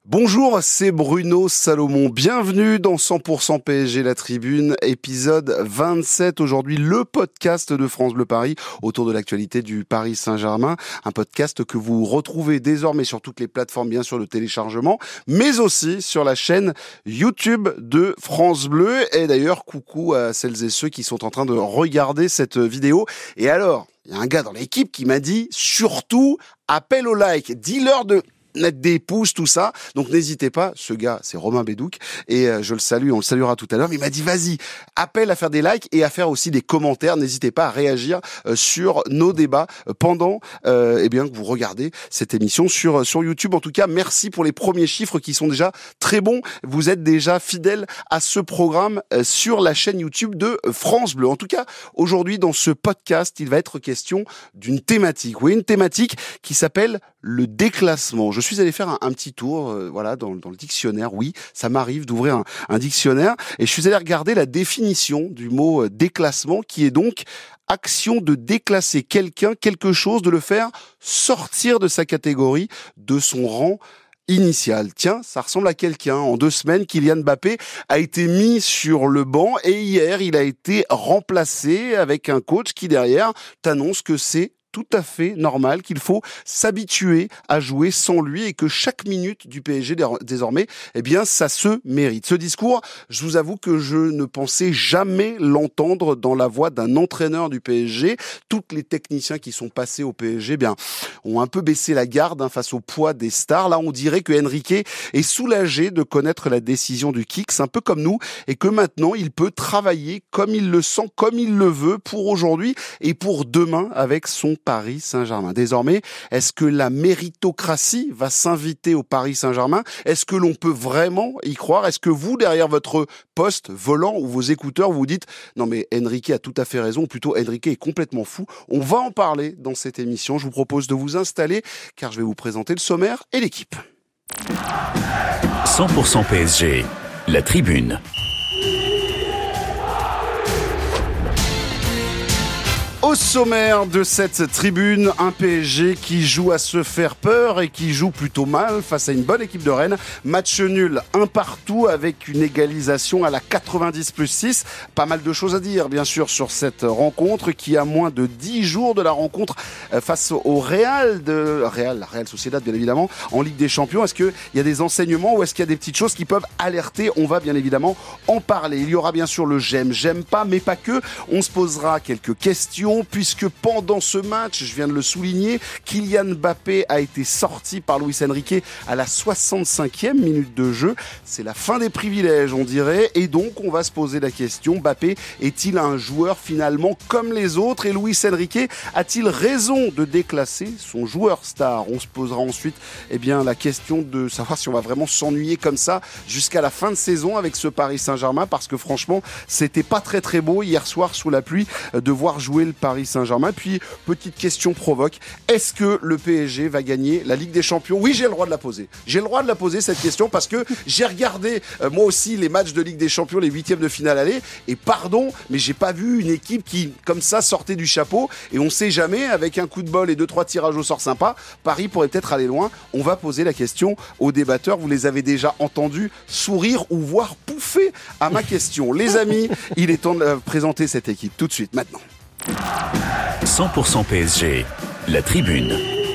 Bonjour, c'est Bruno Salomon. Bienvenue dans 100% PSG La Tribune, épisode 27. Aujourd'hui, le podcast de France Bleu Paris autour de l'actualité du Paris Saint-Germain. Un podcast que vous retrouvez désormais sur toutes les plateformes, bien sûr, de téléchargement, mais aussi sur la chaîne YouTube de France Bleu. Et d'ailleurs, coucou à celles et ceux qui sont en train de regarder cette vidéo. Et alors, il y a un gars dans l'équipe qui m'a dit, surtout, appel au like, dis-leur de mettre des pouces, tout ça. Donc n'hésitez pas, ce gars, c'est Romain Bédouc, et je le salue, on le saluera tout à l'heure, mais il m'a dit, vas-y, appelle à faire des likes et à faire aussi des commentaires. N'hésitez pas à réagir sur nos débats pendant que vous regardez cette émission sur YouTube. En tout cas, merci pour les premiers chiffres qui sont déjà très bons. Vous êtes déjà fidèles à ce programme sur la chaîne YouTube de France Bleu. En tout cas, aujourd'hui, dans ce podcast, il va être question d'une thématique. Oui, une thématique qui s'appelle le déclassement. Je suis allé faire un petit tour, dans le dictionnaire. Oui, ça m'arrive d'ouvrir un dictionnaire, et je suis allé regarder la définition du mot déclassement, qui est donc action de déclasser quelqu'un, quelque chose, de le faire sortir de sa catégorie, de son rang initial. Tiens, ça ressemble à quelqu'un. En 2 semaines, Kylian Mbappé a été mis sur le banc, et hier, il a été remplacé avec un coach qui, derrière, t'annonce que c'est tout à fait normal, qu'il faut s'habituer à jouer sans lui, et que chaque minute du PSG désormais, ça se mérite. Ce discours, je vous avoue que je ne pensais jamais l'entendre dans la voix d'un entraîneur du PSG. Tous les techniciens qui sont passés au PSG, ont un peu baissé la garde face au poids des stars. Là, on dirait que Enrique est soulagé de connaître la décision du Kicks, un peu comme nous, et que maintenant, il peut travailler comme il le sent, comme il le veut, pour aujourd'hui et pour demain avec son Paris Saint-Germain. Désormais, est-ce que la méritocratie va s'inviter au Paris Saint-Germain? Est-ce que l'on peut vraiment y croire? Est-ce que vous, derrière votre poste volant ou vos écouteurs, vous dites non mais Enrique a tout à fait raison, ou plutôt Enrique est complètement fou? On va en parler dans cette émission. Je vous propose de vous installer, car je vais vous présenter le sommaire et l'équipe. 100% PSG, La Tribune. Au sommaire de cette tribune, un PSG qui joue à se faire peur et qui joue plutôt mal face à une bonne équipe de Rennes. Match nul, 1-1 avec une égalisation à la 90+6. Pas mal de choses à dire, bien sûr, sur cette rencontre qui a moins de 10 jours de la rencontre face au Real Sociedad, bien évidemment, en Ligue des Champions. Est-ce qu'il y a des enseignements ou est-ce qu'il y a des petites choses qui peuvent alerter? On va bien évidemment en parler. Il y aura bien sûr le j'aime pas, mais pas que. On se posera quelques questions, puisque pendant ce match, je viens de le souligner, Kylian Mbappé a été sorti par Luis Enrique à la 65e minute de jeu. C'est la fin des privilèges, on dirait, et donc on va se poser la question, Mbappé est-il un joueur finalement comme les autres, et Luis Enrique a-t-il raison de déclasser son joueur star? On se posera ensuite la question de savoir si on va vraiment s'ennuyer comme ça jusqu'à la fin de saison avec ce Paris Saint-Germain, parce que franchement, c'était pas très très beau hier soir sous la pluie de voir jouer le Paris Saint-Germain. Puis, petite question provoque, est-ce que le PSG va gagner la Ligue des Champions? Oui, j'ai le droit de la poser. J'ai le droit de la poser, cette question, parce que j'ai regardé, moi aussi, les matchs de Ligue des Champions, les 8e de finale aller, et pardon, mais j'ai pas vu une équipe qui, comme ça, sortait du chapeau, et on sait jamais, avec un coup de bol et 2-3 tirages au sort sympas, Paris pourrait peut-être aller loin. On va poser la question aux débatteurs. Vous les avez déjà entendus sourire ou voir pouffer à ma question. Les amis, il est temps de présenter cette équipe tout de suite, maintenant. 100% PSG, La Tribune.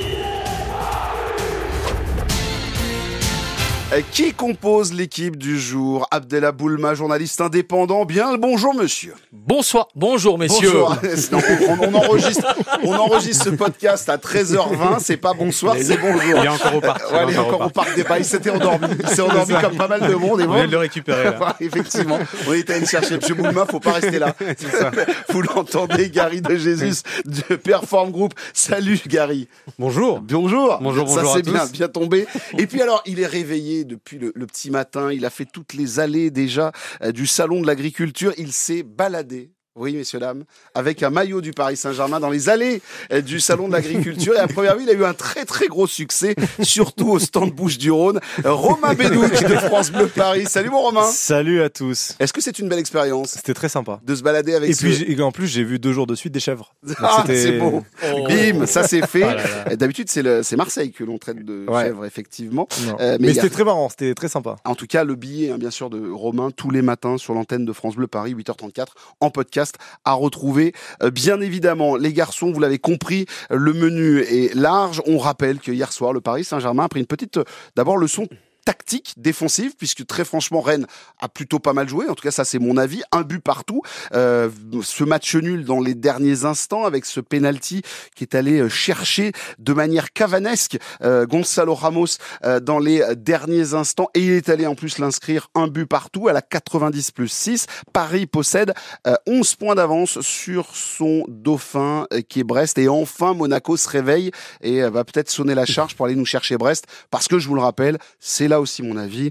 Qui compose l'équipe du jour? Abdellah Boulma, journaliste indépendant. Bien le bonjour, monsieur. Bonsoir, bonjour, messieurs. Bonjour. Non, on enregistre ce podcast à 13h20. C'est pas bonsoir, c'est bonjour. Il est encore au parc. Il est encore au parc des Pas. Il s'était endormi. Il s'est endormi comme pas mal de monde. Et on vient de le récupérer, là. Effectivement. On est allé le chercher. Monsieur Boulma, faut pas rester là. C'est ça. Vous l'entendez, Gary de Jesus de Perform Group. Salut, Gary. Bonjour. Bonjour. Bonjour, ça bonjour c'est bien tombé. Et puis alors, il est réveillé depuis le petit matin. Il a fait toutes les allées déjà du salon de l'agriculture. Il s'est baladé Oui, messieurs, dames, avec un maillot du Paris Saint-Germain dans les allées du Salon de l'Agriculture. Et à première vue, il a eu un très très gros succès, surtout au stand Bouches-du-Rhône. Romain Bédouc de France Bleu Paris. Salut mon Romain. Salut à tous. Est-ce que c'est une belle expérience? C'était très sympa. De se balader avec puis en plus, j'ai vu 2 jours de suite des chèvres. Ah, c'est beau. Oh. Bim, ça c'est fait. Ah là là. D'habitude, c'est Marseille que l'on traite de chèvre, effectivement. Mais c'était très marrant, c'était très sympa. En tout cas, le billet, bien sûr, de Romain, tous les matins sur l'antenne de France Bleu Paris, 8h34, en podcast, à retrouver. Bien évidemment, les garçons, vous l'avez compris, le menu est large. On rappelle que hier soir, le Paris Saint-Germain a pris une petite, d'abord, leçon tactique défensive, puisque très franchement Rennes a plutôt pas mal joué, en tout cas ça c'est mon avis, un but partout, ce match nul dans les derniers instants avec ce penalty qui est allé chercher de manière cavanesque Gonzalo Ramos dans les derniers instants, et il est allé en plus l'inscrire, un but partout à la 90+6. Paris possède 11 points d'avance sur son dauphin qui est Brest, et enfin Monaco se réveille et va peut-être sonner la charge pour aller nous chercher Brest, parce que je vous le rappelle, c'est là aussi mon avis.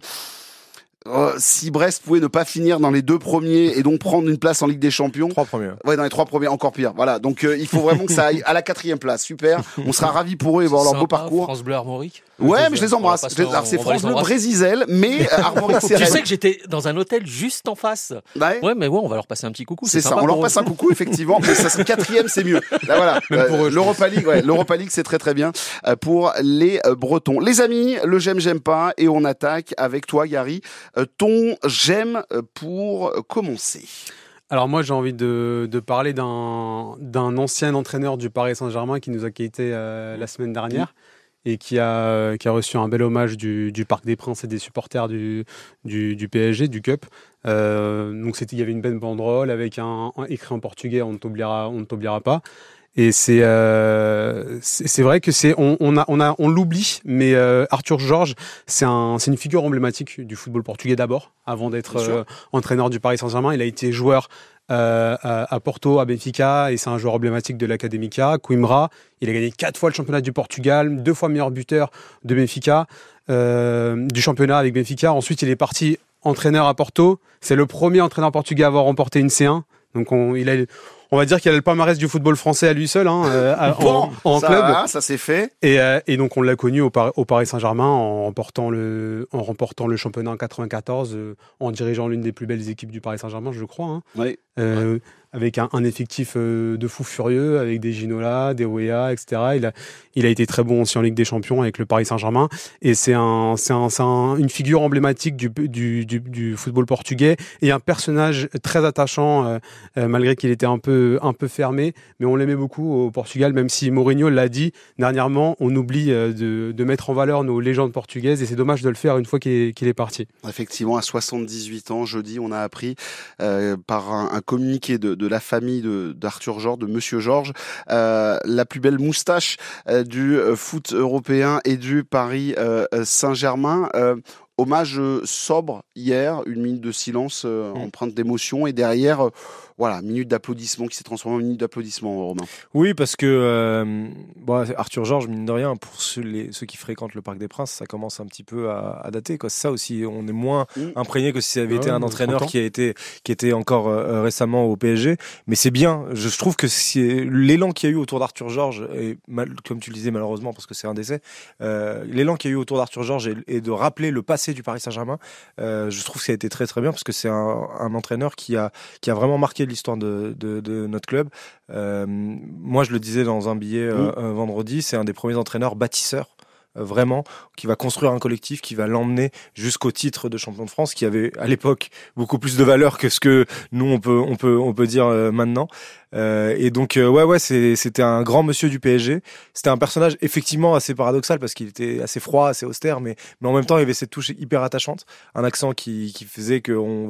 Si Brest pouvait ne pas finir dans les 2 premiers et donc prendre une place en Ligue des Champions. 3 premiers. Ouais, dans les 3 premiers, encore pire. Voilà. Donc, il faut vraiment que ça aille à la 4e place. Super. On sera ravis pour eux et voir leur beau parcours. France Bleu Armorique. Ouais, mais je les embrasse. Alors, c'est France Bleu Brésisel, mais Armorique, c'est Tu Rennes. sais que j'étais dans un hôtel juste en face. Ouais, mais on va leur passer un petit coucou. c'est ça. sympa On leur pour passe eux. un coucou, effectivement. Mais ça serait 4e, c'est mieux. Là, voilà. Même pour eux, L'Europa League, l'Europa League, c'est très très bien pour les Bretons. Les amis, le j'aime pas, et on attaque avec toi, Gary. Ton j'aime pour commencer. Alors moi j'ai envie de parler d'un ancien entraîneur du Paris Saint-Germain qui nous a quittés la semaine dernière et qui a reçu un bel hommage du Parc des Princes et des supporters du PSG, du Cup. Donc il y avait une belle banderole avec un écrit en portugais, on ne t'oubliera pas. Et c'est vrai que on l'oublie, mais Arthur Jorge, c'est une figure emblématique du football portugais d'abord, avant d'être entraîneur du Paris Saint-Germain. Il a été joueur à Porto, à Benfica, et c'est un joueur emblématique de l'Académica, Coimbra. Il a gagné 4 fois le championnat du Portugal, 2 fois meilleur buteur de Benfica, du championnat avec Benfica. Ensuite, il est parti entraîneur à Porto. C'est le premier entraîneur portugais à avoir remporté une C1. Donc on va dire qu'il a le palmarès du football français à lui seul, en ça club. Va, ça c'est fait. Et donc on l'a connu au Paris Saint-Germain en remportant le championnat en 94, en dirigeant l'une des plus belles équipes du Paris Saint-Germain, je crois. Oui. Avec un effectif de fous furieux, avec des Ginola, des Weah, etc. Il a été très bon aussi en Ligue des Champions avec le Paris Saint-Germain, et c'est une figure emblématique du football portugais, et un personnage très attachant, malgré qu'il était un peu fermé, mais on l'aimait beaucoup au Portugal, même si Mourinho l'a dit dernièrement, on oublie de mettre en valeur nos légendes portugaises, et c'est dommage de le faire une fois qu'il est parti. Effectivement, à 78 ans, jeudi, on a appris par un communiqué de la famille d'Arthur Jorge, de Monsieur Jorge, la plus belle moustache du foot européen et du Paris Saint-Germain. Hommage sobre hier, une minute de silence empreinte d'émotion, et derrière, minute d'applaudissement qui s'est transformée en minute d'applaudissement, Romain. Oui, parce que Arthur Jorge, mine de rien, pour ceux qui fréquentent le Parc des Princes, ça commence un petit peu à dater, quoi. C'est ça aussi, on est moins imprégné que si ça avait été un entraîneur qui était encore récemment au PSG. Mais c'est bien, je trouve que c'est l'élan qu'il y a eu autour d'Arthur Jorge, et comme tu le disais malheureusement parce que c'est un décès, l'élan qu'il y a eu autour d'Arthur Jorge et de rappeler le passé du Paris Saint-Germain, je trouve que ça a été très très bien, parce que c'est un entraîneur qui a vraiment marqué l'histoire de notre club. Moi je le disais dans un billet vendredi, c'est un des premiers entraîneurs bâtisseurs, vraiment, qui va construire un collectif, qui va l'emmener jusqu'au titre de champion de France, qui avait à l'époque beaucoup plus de valeur que ce que nous on peut dire maintenant. Et donc c'était un grand monsieur du PSG. C'était un personnage effectivement assez paradoxal, parce qu'il était assez froid, assez austère, mais en même temps il y avait cette touche hyper attachante, un accent qui faisait que on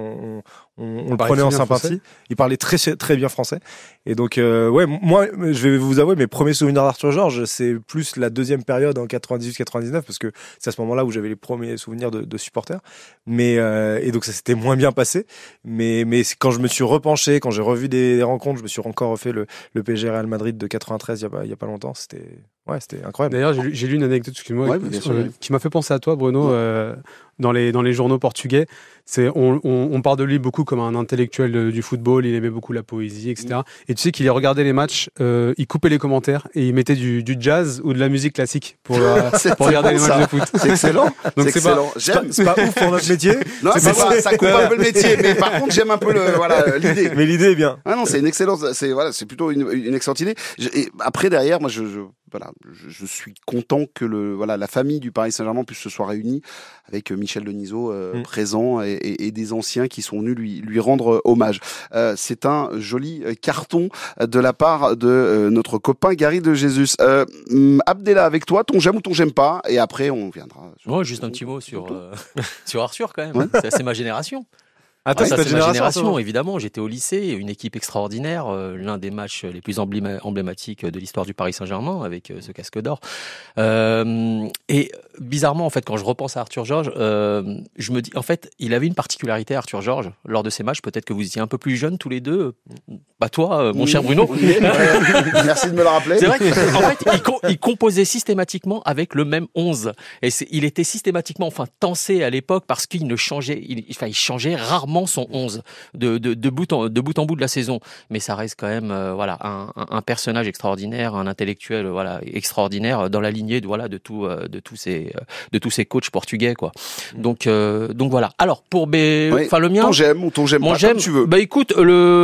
le prenait en sympathie. Français. Il parlait très très bien français. Et donc moi je vais vous avouer, mes premiers souvenirs d'Arthur Jorge, c'est plus la deuxième période en 98-99, parce que c'est à ce moment-là où j'avais les premiers souvenirs de supporters. Mais et donc ça s'était moins bien passé. Mais quand je me suis repenché, quand j'ai revu des rencontres, je me suis encore refait le PSG Real Madrid de 93 il y a pas longtemps. Ouais, c'était incroyable. D'ailleurs, j'ai lu une anecdote, excuse-moi, Ouais, bien sûr, qui m'a fait penser à toi, Bruno, dans les journaux portugais. On parle de lui beaucoup comme un intellectuel du football, il aimait beaucoup la poésie, etc. Et tu sais qu'il regardait les matchs, il coupait les commentaires et il mettait du jazz ou de la musique classique pour regarder les matchs de foot. C'est excellent. Donc c'est excellent. C'est pas ouf pour notre métier. Non, ça coupe un peu le métier, mais par contre, j'aime un peu l'idée. Mais l'idée est bien. Ah non, c'est une excellente, c'est plutôt une excellente idée. Et après, derrière, moi, je suis content que la famille du Paris Saint-Germain puisse se soit réunie avec Michel Denisot présent et des anciens qui sont venus lui rendre hommage. C'est un joli carton de la part de notre copain Gary de Jesus. Abdella, avec toi, ton j'aime ou ton j'aime pas, et après on viendra. Moi, juste un petit mot sur Arthur quand même. Ouais. C'est ma génération. Attends, Ça, c'est c'est ta ma génération, génération, évidemment. J'étais au lycée, une équipe extraordinaire, l'un des matchs les plus emblématiques de l'histoire du Paris Saint-Germain avec ce casque d'or. Et bizarrement, en fait, quand je repense à Arthur Georges, je me dis, en fait, il avait une particularité, Arthur Georges, lors de ces matchs. Peut-être que vous étiez un peu plus jeunes tous les deux. Pas toi, mon cher Bruno. Merci de me le rappeler. C'est vrai qu'en fait, il composait systématiquement avec le même 11. Et il était systématiquement, tensé à l'époque parce qu'il ne changeait, il changeait rarement son 11 de bout en bout de la saison. Mais ça reste quand même, un personnage extraordinaire, un intellectuel, extraordinaire dans la lignée de tous ces coachs portugais, quoi. Donc voilà. Alors pour le mien. Ton j'aime ou ton j'aime pas, comme tu veux. Bah écoute,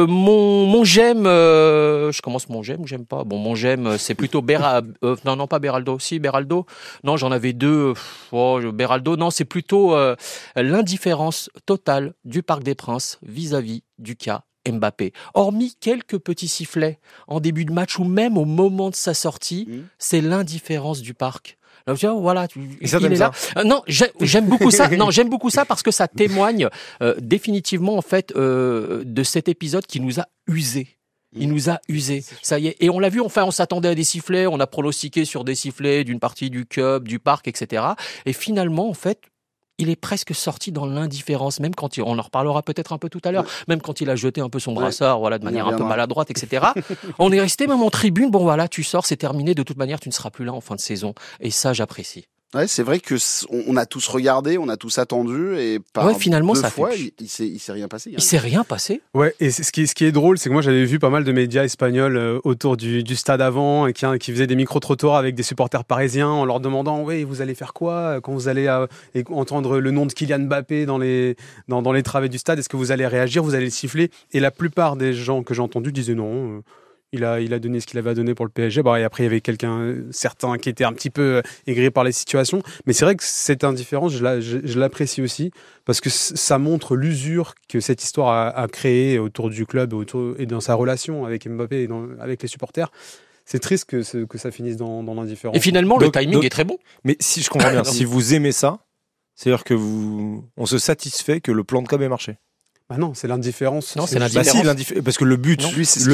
mon j'aime, je commence mon j'aime ou j'aime pas. Bon, mon j'aime, c'est plutôt non pas Beraldo. Si Beraldo. Non, j'en avais deux. Beraldo. Non, c'est plutôt l'indifférence totale du Parc des Princes vis-à-vis du cas Mbappé. Hormis quelques petits sifflets en début de match ou même au moment de sa sortie, c'est l'indifférence du parc. Là, il est là. Non, j'aime beaucoup ça. Non, j'aime beaucoup ça parce que ça témoigne définitivement en fait de cet épisode qui nous a usés. Il nous a usés. Ça y est. Et on l'a vu, on s'attendait à des sifflets, on a pronostiqué sur des sifflets d'une partie du club, du parc, etc. Et finalement, en fait, il est presque sorti dans l'indifférence, même quand on en reparlera peut-être un peu tout à l'heure, même quand il a jeté un peu son brassard, de manière un peu maladroite, etc. On est resté même en tribune, tu sors, c'est terminé, de toute manière, tu ne seras plus là en fin de saison. Et ça, j'apprécie. Ouais, c'est vrai que on a tous regardé, on a tous attendu, et finalement, deux ça fois, il s'est rien passé. Il s'est rien passé. Ouais, et ce qui est drôle, c'est que moi j'avais vu pas mal de médias espagnols autour du stade avant et qui faisaient des micro-trottoirs avec des supporters parisiens en leur demandant vous allez faire quoi quand vous allez entendre le nom de Kylian Mbappé dans les travées du stade, est-ce que vous allez réagir, vous allez le siffler? Et la plupart des gens que j'ai entendus disaient non. Il a donné ce qu'il avait à donner pour le PSG. Et après, il y avait certains qui étaient un petit peu aigris par les situations. Mais c'est vrai que cette indifférence, je l'apprécie aussi parce que ça montre l'usure que cette histoire a créée autour du club et dans sa relation avec Mbappé et avec les supporters. C'est triste que ça finisse dans l'indifférence. Et finalement, le timing est très bon. Mais si je comprends bien, si vous aimez ça, c'est-à-dire que on se satisfait que le plan de com ait marché. Bah non, c'est l'indifférence. Non, c'est l'indifférence. Parce que le but, c'était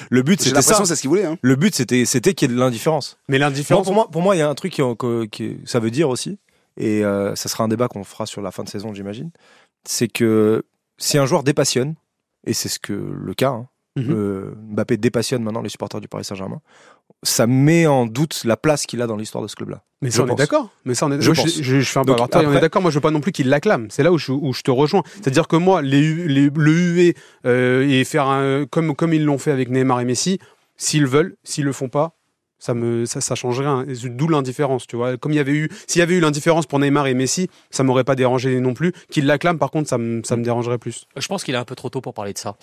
ça. C'est ce qu'il voulait. Hein. Le but, c'était qu'il y ait de l'indifférence. Mais l'indifférence. Pour moi, il y a un truc qui ça veut dire aussi, et ça sera un débat qu'on fera sur la fin de saison, j'imagine. C'est que si un joueur dépassionne, et c'est le cas, Mbappé dépassionne maintenant les supporters du Paris Saint-Germain, ça met en doute la place qu'il a dans l'histoire de ce club-là. Mais ça, on est d'accord. Mais ça, je fais un peu avoir. On est d'accord. Moi, je veux pas non plus qu'il l'acclame. C'est là où je te rejoins. C'est-à-dire que moi, le huer et faire comme ils l'ont fait avec Neymar et Messi, s'ils veulent, s'ils le font pas, ça changerait rien. D'où l'indifférence, tu vois. S'il y avait eu l'indifférence pour Neymar et Messi, ça m'aurait pas dérangé non plus. Qu'il l'acclame, par contre, ça me dérangerait plus. Je pense qu'il est un peu trop tôt pour parler de ça.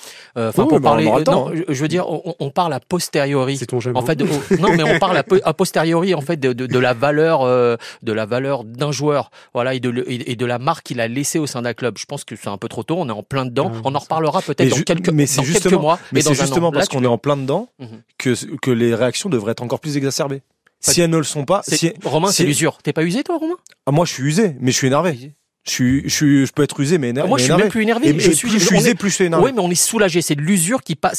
Je veux dire, on parle a posteriori. C'est ton j'aime. En fait, non, mais on parle a posteriori, en fait, de la valeur d'un joueur, et de la marque qu'il a laissée au sein d'un club. Je pense que c'est un peu trop tôt. On est en plein dedans. On en reparlera peut-être dans quelques mois. Mais c'est justement parce qu'on est en plein dedans que les réactions devraient être encore plus exacerbées. Si elles ne le sont pas, Romain, c'est l'usure. T'es pas usé, toi, Romain? Moi, je suis usé, mais je suis énervé. Je peux être usé, mais énervé. Moi, je suis même plus énervé. Plus je suis usé, plus je suis énervé. Oui, mais on est soulagé. C'est de l'usure qui passe,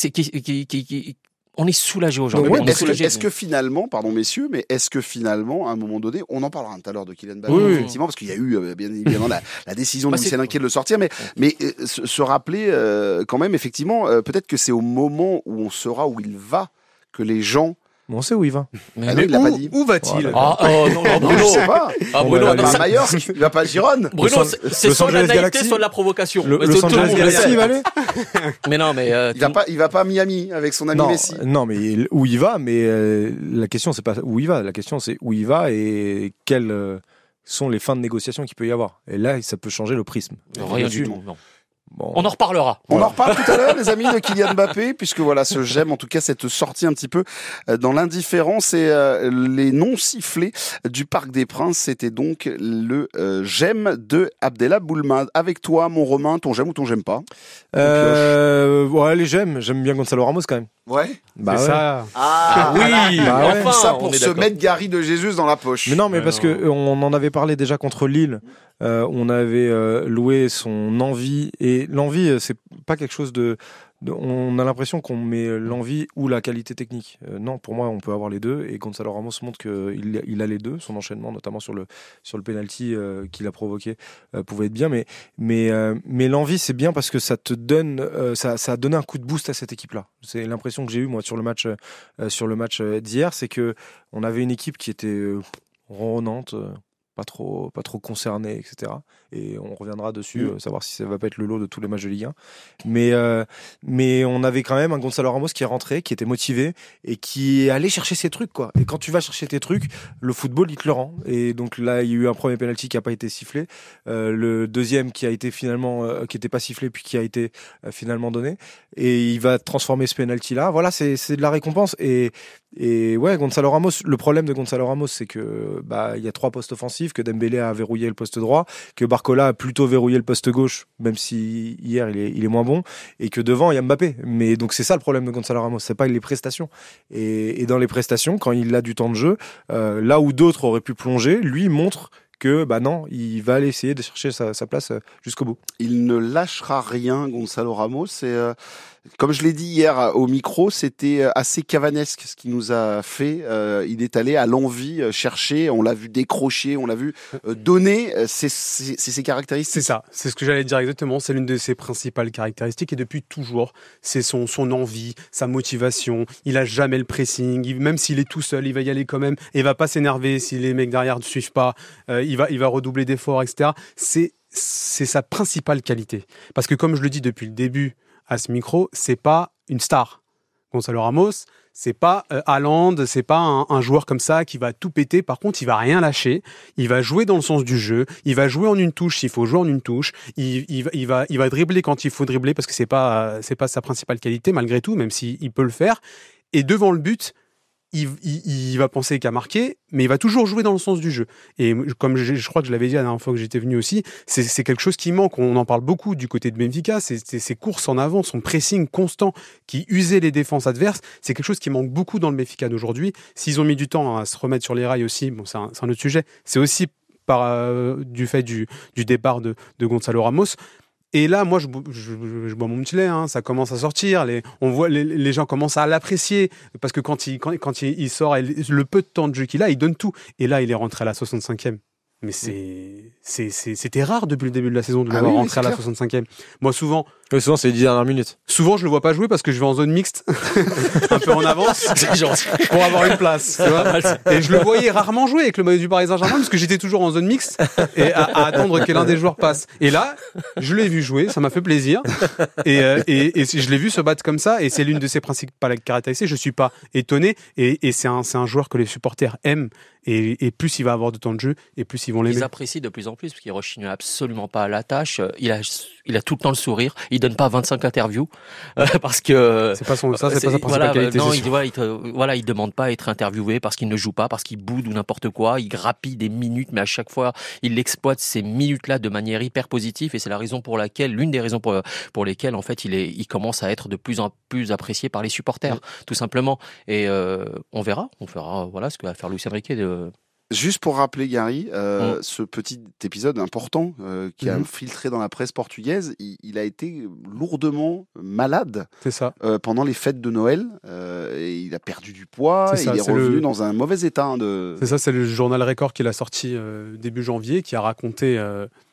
on est soulagé aujourd'hui. Est-ce que finalement, pardon messieurs, mais est-ce que finalement, à un moment donné, on en parlera tout à l'heure de Kylian Mbappé, effectivement, parce qu'il y a eu bien évidemment la décision de Luis Enrique de le sortir, mais se rappeler quand même, effectivement, peut-être que c'est au moment où on saura où il va que les gens On sait où il va. Mais il l'a pas dit. Où va-t-il? Non, Bruno. Je sais pas. Bruno, Il va à Majorque, il va pas à Gironne. Bruno, c'est soit de la naïveté, Galaxy. soit de la provocation. Le Mais Los tout le Angeles monde le Galaxy, sait. il va aller Mais non, mais Il va pas à Miami avec son ami Messi. Non, mais où il va, mais la question, c'est pas où il va. La question, c'est où il va et quelles sont les fins de négociation qu'il peut y avoir. Et là, ça peut changer le prisme. rien du tout. Non. Bon. On en reparlera. On en reparle tout à l'heure, les amis de Kylian Mbappé, puisque voilà, j'aime en tout cas cette sortie un petit peu dans l'indifférence et les non-sifflets du Parc des Princes. C'était donc le j'aime de Abdellah Boulmad. Avec toi, mon Romain, ton j'aime ou ton j'aime pas? Ouais, les j'aime bien Gonzalo Ramos quand même. Ouais. Bah ouais. ça. Ah Oui, Bah ouais. enfin, ça on pour est se d'accord. mettre Gary de Jesus dans la poche. Mais non, mais Ouais, parce non. que on en avait parlé déjà contre Lille. On avait loué son envie et l'envie, c'est pas quelque chose on a l'impression qu'on met l'envie ou la qualité technique. Non, pour moi, on peut avoir les deux et Gonzalo Ramos montre qu'il a les deux. Son enchaînement, notamment sur le penalty qu'il a provoqué, pouvait être bien. Mais l'envie, c'est bien parce que ça te donne, ça a donné un coup de boost à cette équipe-là. C'est l'impression que j'ai eue moi sur le match d'hier, c'est que on avait une équipe qui était ronronnante. Pas trop concerné, etc. Et on reviendra dessus, savoir si ça va pas être le lot de tous les matchs de Ligue 1. Mais on avait quand même un Gonzalo Ramos qui est rentré, qui était motivé et qui est allé chercher ses trucs, quoi. Et quand tu vas chercher tes trucs, le football, il te le rend. Et donc là, il y a eu un premier penalty qui a pas été sifflé, le deuxième qui a été finalement, qui était pas sifflé puis qui a été finalement donné. Et il va transformer ce penalty-là. Voilà, c'est de la récompense. Et ouais, Gonzalo Ramos, le problème de Gonzalo Ramos, c'est que il y a 3 postes offensifs, que Dembélé a verrouillé le poste droit, que Barcola a plutôt verrouillé le poste gauche, même si hier il est moins bon, et que devant il y a Mbappé. Mais donc c'est ça le problème de Gonzalo Ramos, c'est pas les prestations. Et dans les prestations, quand il a du temps de jeu, là où d'autres auraient pu plonger, lui il montre que non, il va aller essayer de chercher sa place jusqu'au bout. Il ne lâchera rien, Gonzalo Ramos. Et comme je l'ai dit hier au micro, c'était assez cavanesque ce qu'il nous a fait. Il est allé à l'envie chercher, on l'a vu décrocher, on l'a vu donner. C'est ses caractéristiques. C'est ça, c'est ce que j'allais dire exactement. C'est l'une de ses principales caractéristiques et depuis toujours, c'est son envie, sa motivation. Il a jamais le pressing, même s'il est tout seul, il va y aller quand même et il va pas s'énerver si les mecs derrière ne suivent pas. Il va redoubler d'efforts, etc. C'est sa principale qualité. Parce que comme je le dis depuis le début à ce micro, c'est pas une star. Gonzalo Ramos, c'est pas Haaland, c'est pas un joueur comme ça qui va tout péter. Par contre, il va rien lâcher. Il va jouer dans le sens du jeu. Il va jouer en une touche s'il faut jouer en une touche. Il va dribbler quand il faut dribbler parce que c'est pas sa principale qualité malgré tout, même s'il peut le faire. Et devant le but, il va penser qu'à marquer, mais il va toujours jouer dans le sens du jeu. Et comme je crois que je l'avais dit la dernière fois que j'étais venu aussi, c'est quelque chose qui manque. On en parle beaucoup du côté de Benfica. C'est ses courses en avant, son pressing constant qui usait les défenses adverses. C'est quelque chose qui manque beaucoup dans le Benfica d'aujourd'hui. S'ils ont mis du temps à se remettre sur les rails aussi, bon, c'est un autre sujet. C'est aussi du fait du départ de Gonzalo Ramos. Et là, moi, je bois mon petit lait, hein, ça commence à sortir. On voit les gens commencent à l'apprécier parce que quand il sort, le peu de temps de jeu qu'il a, il donne tout. Et là, il est rentré à la 65e. Mais c'était rare depuis le début de la saison de le voir rentrer à la 65e. Moi, souvent, c'est les 10 dernières minutes. Souvent, je le vois pas jouer parce que je vais en zone mixte, un peu en avance, pour avoir une place. Tu vois, et je le voyais rarement jouer avec le maillot du Paris Saint-Germain parce que j'étais toujours en zone mixte et à attendre que l'un des joueurs passe. Et là, je l'ai vu jouer, ça m'a fait plaisir. Et je l'ai vu se battre comme ça et c'est l'une de ses principales caractéristiques. Je suis pas étonné et c'est un joueur que les supporters aiment. Et plus il va avoir de temps de jeu, et plus ils vont l'aimer. Ils apprécient de plus en plus, parce qu'il rechigne absolument pas à la tâche. Il a tout le temps le sourire. Il donne pas 25 interviews, parce que... c'est pas sa principale qualité. Non, il demande pas à être interviewé parce qu'il ne joue pas, parce qu'il boude ou n'importe quoi. Il grappille des minutes, mais à chaque fois, il exploite ces minutes-là de manière hyper positive, et c'est l'une des raisons pour lesquelles, en fait, il commence à être de plus en plus apprécié par les supporters, tout simplement. Et on verra, voilà, ce que va faire Luis Enrique Juste pour rappeler, Gary, ce petit épisode important qui a infiltré dans la presse portugaise, il a été lourdement malade. C'est ça. Pendant les fêtes de Noël. Et il a perdu du poids, il est revenu dans un mauvais état. C'est ça, c'est le journal Record qui l'a sorti début janvier, qui a raconté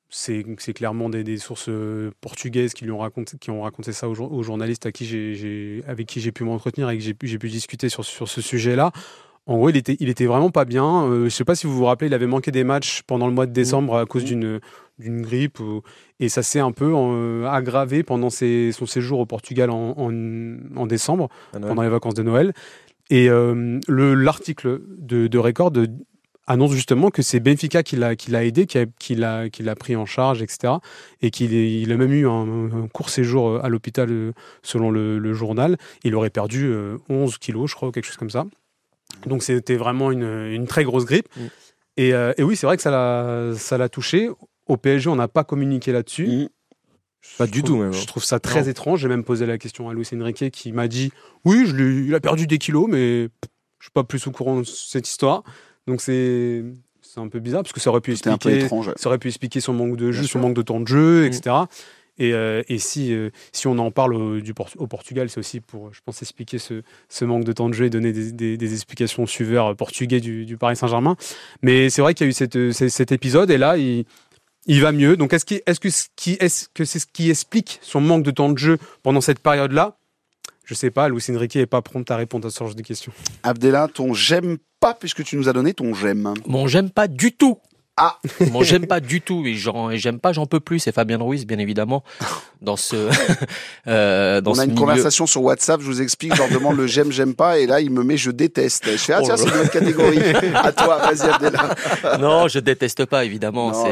c'est clairement des sources portugaises qui ont raconté ça aux journalistes avec qui j'ai pu m'entretenir et que j'ai pu discuter sur ce sujet-là. En gros, il était vraiment pas bien. Je sais pas si vous vous rappelez, il avait manqué des matchs pendant le mois de décembre à cause d'une grippe. Et ça s'est un peu aggravé pendant son séjour au Portugal en décembre, pendant les vacances de Noël. Et l'article de Record annonce justement que c'est Benfica qui l'a aidé, qui l'a pris en charge, etc. Et qu'il a même eu un court séjour à l'hôpital, selon le journal. Il aurait perdu 11 kilos, je crois, ou quelque chose comme ça. Donc c'était vraiment une très grosse grippe. Et oui, c'est vrai que ça l'a touché. Au PSG, on n'a pas communiqué là-dessus. Pas du tout, même. Je trouve ça très étrange. J'ai même posé la question à Luis Enrique qui m'a dit « Oui, il a perdu des kilos, mais je ne suis pas plus au courant de cette histoire. » Donc c'est un peu bizarre, parce que ça aurait pu expliquer son manque de jeu, son manque de temps de jeu, etc. Et si on en parle au Portugal, c'est aussi pour, je pense, expliquer ce manque de temps de jeu et donner des explications aux suiveurs portugais du Paris Saint-Germain. Mais c'est vrai qu'il y a eu cet épisode, et là, il va mieux. Donc, est-ce que c'est ce qui explique son manque de temps de jeu pendant cette période-là? Je sais pas, Luis Enrique n'est pas prompt à répondre à ce genre de questions. Abdellah, ton j'aime pas, puisque tu nous as donné ton j'aime. Mon j'aime pas du tout. Ah, moi j'aime pas du tout, et j'aime pas, j'en peux plus. C'est Fabien Ruiz, bien évidemment, dans ce. On a une conversation sur WhatsApp. Je vous explique, je leur demande le j'aime pas, et là il me met je déteste. Je fais tiens, c'est une autre catégorie. À toi, vas-y Abdellah. Non, je déteste pas, évidemment. Non,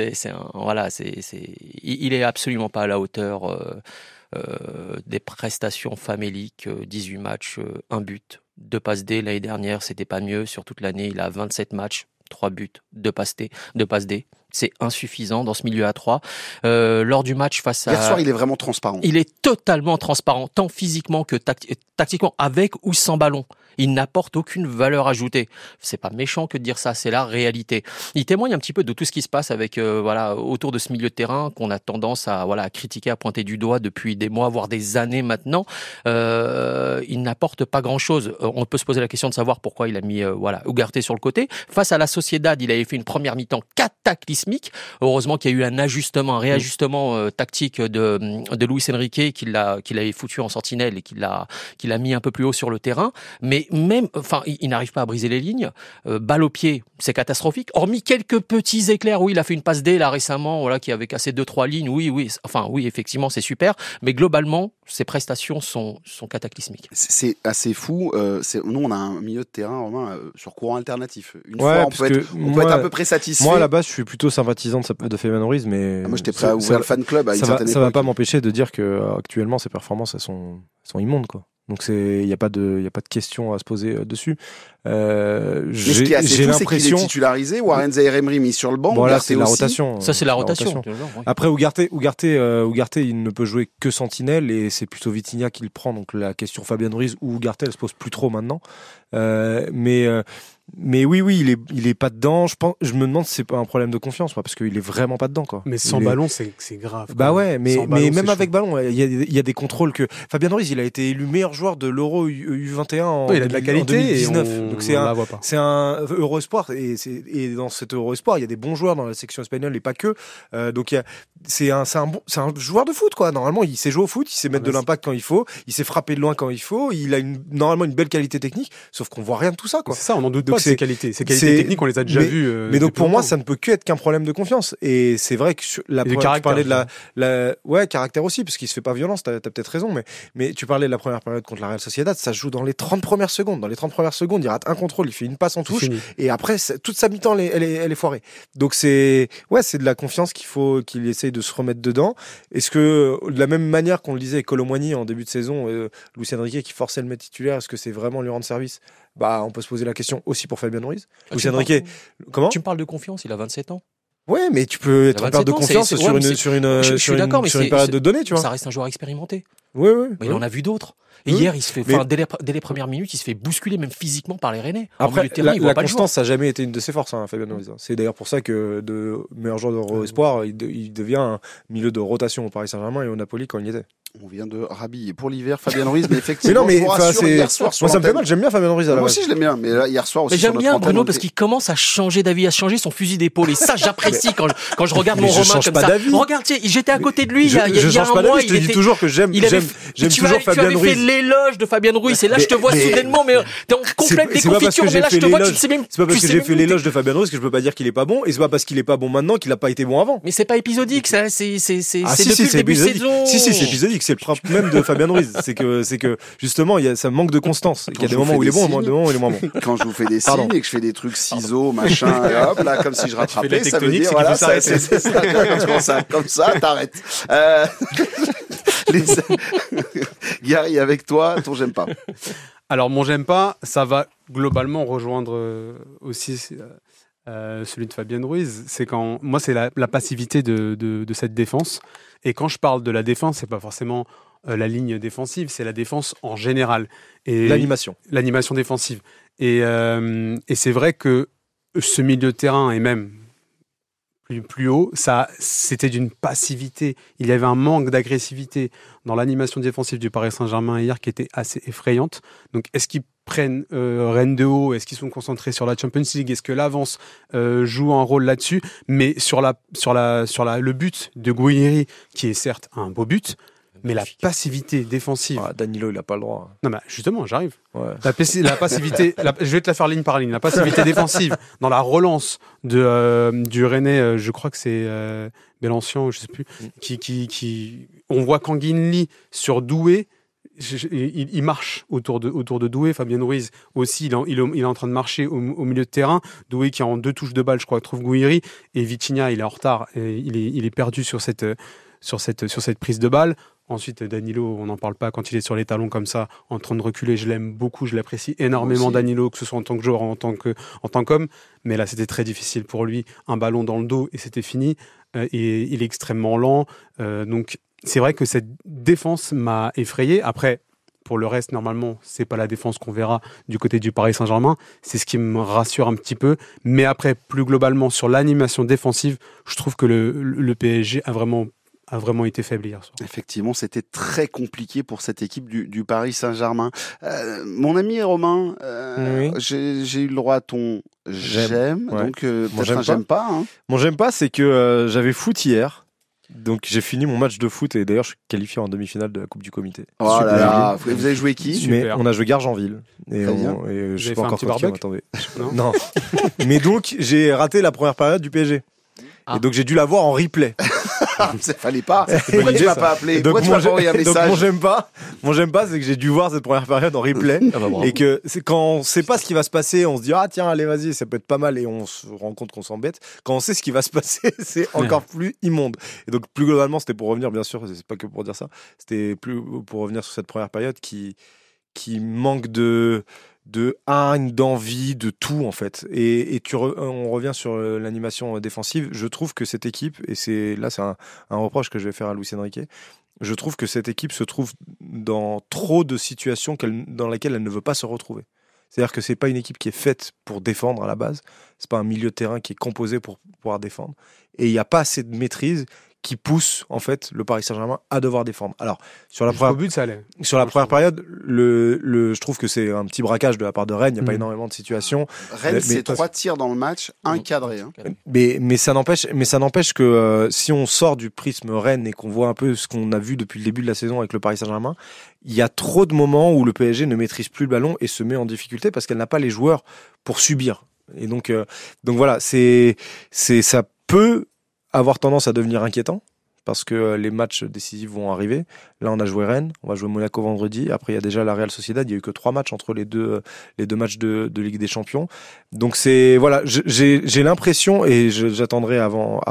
Il est absolument pas à la hauteur des prestations faméliques. 18 matchs, 1 but, 2 passes D. L'année dernière, c'était pas mieux. Sur toute l'année, il a 27 matchs. 3 buts, 2 passes D. C'est insuffisant dans ce milieu à 3. Lors du match face à... Hier soir, il est vraiment transparent. Il est totalement transparent, tant physiquement que tactiquement, avec ou sans ballon. Il n'apporte aucune valeur ajoutée. C'est pas méchant que de dire ça, c'est la réalité. Il témoigne un petit peu de tout ce qui se passe avec autour de ce milieu de terrain qu'on a tendance à critiquer, à pointer du doigt depuis des mois, voire des années maintenant. Il n'apporte pas grand-chose. On peut se poser la question de savoir pourquoi il a mis Ugarte sur le côté. Face à la Sociedad, il avait fait une première mi-temps cataclysmique. Heureusement qu'il y a eu un réajustement tactique de Luis Enrique qu'il avait foutu en sentinelle et qu'il a mis un peu plus haut sur le terrain. Mais il n'arrive pas à briser les lignes. Balle au pied, c'est catastrophique. Hormis quelques petits éclairs, oui, il a fait une passe D là récemment, qui avait cassé 2-3 lignes. Oui, effectivement, c'est super. Mais globalement, ses prestations sont cataclysmiques. C'est assez fou. Nous, on a un milieu de terrain, Romain, sur courant alternatif. Une fois, on peut être à peu près satisfait. Moi, à la base, je suis plutôt sympathisant de Fabien Ruiz, mais moi, j'étais prêt à ouvrir le fan club à une certaine époque. Ça va pas m'empêcher de dire que actuellement, ses performances, elles sont immondes, quoi. Donc il y a pas de question à se poser dessus. Mais ce qui est assez fou, c'est qu'il est titularisé. Warren Zaïre-Emery mis sur le banc. Voilà, c'est la rotation. Ça, c'est la rotation. Après, Ugarte, il ne peut jouer que sentinelle, et c'est plutôt Vitinha qui le prend. Donc la question Fabien Ruiz ou Ugarte, elle se pose plus trop maintenant. Mais oui, il est pas dedans. Je me demande si c'est pas un problème de confiance, moi, parce qu'il est vraiment pas dedans, quoi. Mais sans ballon, c'est grave. Bah ouais, mais même avec ballon, il y a des contrôles que Fabien Ruiz, il a été élu meilleur joueur de l'Euro U21 il a de la qualité, en 2019. Donc c'est un Euro Espoir, et dans cet Euro Espoir, il y a des bons joueurs dans la section espagnole et pas que. Donc c'est un joueur de foot, quoi. Normalement, il sait jouer au foot, il sait mettre de l'impact quand il faut, il sait frapper de loin quand il faut, il a normalement une belle qualité technique, sauf qu'on voit rien de tout ça, quoi. C'est ça, on en doute pas. Ces qualités techniques, on les a déjà vues. Mais donc pour moi, ça ne peut que être qu'un problème de confiance. Et c'est vrai que tu parlais de caractère aussi, parce qu'il se fait pas violence. T'as peut-être raison, mais tu parlais de la première période contre la Real Sociedad, ça se joue dans les 30 premières secondes. Dans les 30 premières secondes, il rate un contrôle, il fait une passe en touche, et après toute sa mi-temps, elle est foirée. Donc c'est de la confiance qu'il essaye de se remettre dedans. Est-ce que de la même manière qu'on le disait avec Colomboigny en début de saison, Luis Enrique qui forçait le mettre titulaire, est-ce que c'est vraiment lui rendre service? On peut se poser la question aussi pour Fabien Ruiz. Luis Enrique, comment? Tu me parles de confiance, il a 27 ans. Ouais, mais tu peux être en perte de confiance sur une période de données, tu vois. Ça reste un joueur expérimenté. Oui. Mais il en a vu d'autres. Et hier, il se fait, dès les premières minutes, il se fait bousculer même physiquement par les Rennais. Après, la constance, ça n'a jamais été une de ses forces, Fabien Ruiz. C'est d'ailleurs pour ça que de meilleur joueur d'Euro Espoir, il devient un milieu de rotation au Paris Saint-Germain et au Napoli quand il y était. On vient de rhabiller pour l'hiver Fabien Ruiz, mais effectivement, mais non, mais, je vous rassure, hier soir sur moi, ça me fait l'antenne- mal, j'aime bien Fabien Ruiz à la Moi base. aussi, je l'aime bien, mais là, hier soir aussi. Mais j'aime sur bien notre Bruno antenne, parce qu'il commence à changer d'avis, à changer son fusil d'épaule. Et ça, j'apprécie quand je regarde Mais mon je Romain change comme pas ça. d'avis. Regarde, tu sais, j'étais à côté de lui il y a je un change pas mois. d'avis, je te dis toujours que j'aime j'aime toujours Fabien Tu avais Ruiz. fait l'éloge de Fabien Ruiz. Et là, je te vois soudainement, mais t'es en complète C'est pas parce que déconfiture. Mais j'ai là, je fait te vois, tu l'éloge. sais même. C'est pas parce tu que sais j'ai même fait où l'éloge de Fabien Ruiz que je peux pas dire qu'il est pas bon, et c'est pas parce qu'il est pas bon maintenant qu'il a pas été bon avant. Mais c'est pas épisodique, ça. C'est Ah depuis le début de saison. Si, c'est épisodique. C'est le propre même de Fabien Ruiz. C'est que justement, ça manque de constance. Il y a des moments où il est bon, et des moments où il est moins bon. Quand je vous fais des Pardon. signes et que je fais des trucs ciseaux, machin, et hop, là, comme si je rattrapais, ça veut tectonique, dire, c'est voilà, qu'il faut ça, s'arrêter. c'est ça. Quand tu commences à- comme ça, t'arrêtes. Les... Gary, avec toi, ton j'aime pas. Alors, mon j'aime pas, ça va globalement rejoindre aussi celui de Fabien Ruiz. C'est quand moi, c'est la passivité de cette défense. Et quand je parle de la défense, c'est pas forcément la ligne défensive, c'est la défense en général. Et L'animation. l'animation défensive. Et c'est vrai que ce milieu de terrain et même plus haut, c'était d'une passivité. Il y avait un manque d'agressivité dans l'animation défensive du Paris Saint-Germain hier qui était assez effrayante. Donc, est-ce qu'ils prennent Rennes de haut? Est-ce qu'ils sont concentrés sur la Champions League? Est-ce que l'avance joue un rôle là-dessus? Mais sur le but de Gouiri, qui est certes un beau but, mais la passivité défensive. Ah, Danilo, il a pas le droit. Non, mais justement, j'arrive. Ouais. La passivité, je vais te la faire ligne par ligne. La passivité défensive dans la relance du Rennais, je crois que c'est Bélancian, je sais plus, qui on voit Kanguinli sur Doué. Il marche autour de Doué. Fabien Ruiz aussi, il est en train de marcher au milieu de terrain. Doué qui a en 2 touches de balle, je crois, trouve Gouiri. Et Vitinha, il est en retard. Et il est perdu sur cette prise de balle. Ensuite, Danilo, on n'en parle pas quand il est sur les talons comme ça, en train de reculer. Je l'aime beaucoup, je l'apprécie énormément, Danilo, que ce soit en tant que joueur, en tant qu'homme. Mais là, c'était très difficile pour lui. Un ballon dans le dos et c'était fini. Et il est extrêmement lent. Donc, c'est vrai que cette défense m'a effrayé. Après, pour le reste, normalement, c'est pas la défense qu'on verra du côté du Paris Saint-Germain. C'est ce qui me rassure un petit peu. Mais après, plus globalement, sur l'animation défensive, je trouve que le PSG a vraiment été faible hier soir. Effectivement, c'était très compliqué pour cette équipe du Paris Saint-Germain. Mon ami Romain, Oui. j'ai eu le droit à ton j'aime, Ouais. donc peut-être j'aime un j'aime pas. Hein. Mon j'aime pas, c'est que j'avais foot hier. Donc j'ai fini mon match de foot et d'ailleurs je suis qualifié en demi-finale de la Coupe du Comité. Oh là là, vous avez joué qui? Super. Mais on a joué Gargenville et, Très bien. et je avez sais fait pas un encore petit contre qui on barbecue attendait. Non. Non. Mais donc j'ai raté la première période du PSG. Ah. Et donc j'ai dû la voir en replay. Ça fallait pas. bonne Pourquoi tu idée, m'as ça. pas appelé? Et donc Pourquoi tu m'as pas envoyé un donc message? mon j'aime pas, c'est que j'ai dû voir cette première période en replay. Ah bah, bravo. Et que c'est quand on sait pas ce qui va se passer, on se dit ah tiens allez vas-y ça peut être pas mal et on se rend compte qu'on s'embête. Quand on sait ce qui va se passer, c'est encore plus immonde. Et donc plus globalement c'était pour revenir bien sûr, c'est pas que pour dire ça, c'était plus pour revenir sur cette première période qui manque de haine, d'envie, de tout en fait. Et on revient sur l'animation défensive. Je trouve que cette équipe, et c'est un reproche que je vais faire à Luis Enrique, je trouve que cette équipe se trouve dans trop de situations dans lesquelles elle ne veut pas se retrouver. C'est-à-dire que c'est pas une équipe qui est faite pour défendre à la base. C'est pas un milieu de terrain qui est composé pour pouvoir défendre. Et il n'y a pas assez de maîtrise qui pousse en fait le Paris Saint-Germain à devoir défendre. Alors sur la Au but, ça allait. sur la première période, je trouve que c'est un petit braquage de la part de Rennes. Il n'y a pas énormément de situations. Rennes, Mais- c'est 3 tirs dans le match, un cadré. Hein. Mais ça n'empêche que si on sort du prisme Rennes et qu'on voit un peu ce qu'on a vu depuis le début de la saison avec le Paris Saint-Germain, il y a trop de moments où le PSG ne maîtrise plus le ballon et se met en difficulté parce qu'elle n'a pas les joueurs pour subir. Et donc voilà, ça peut avoir tendance à devenir inquiétant parce que les matchs décisifs vont arriver. Là, on a joué Rennes, on va jouer Monaco vendredi. Après, il y a déjà la Real Sociedad. Il y a eu que 3 matchs entre les deux matchs de Ligue des Champions. Donc voilà, j'ai l'impression et j'attendrai avant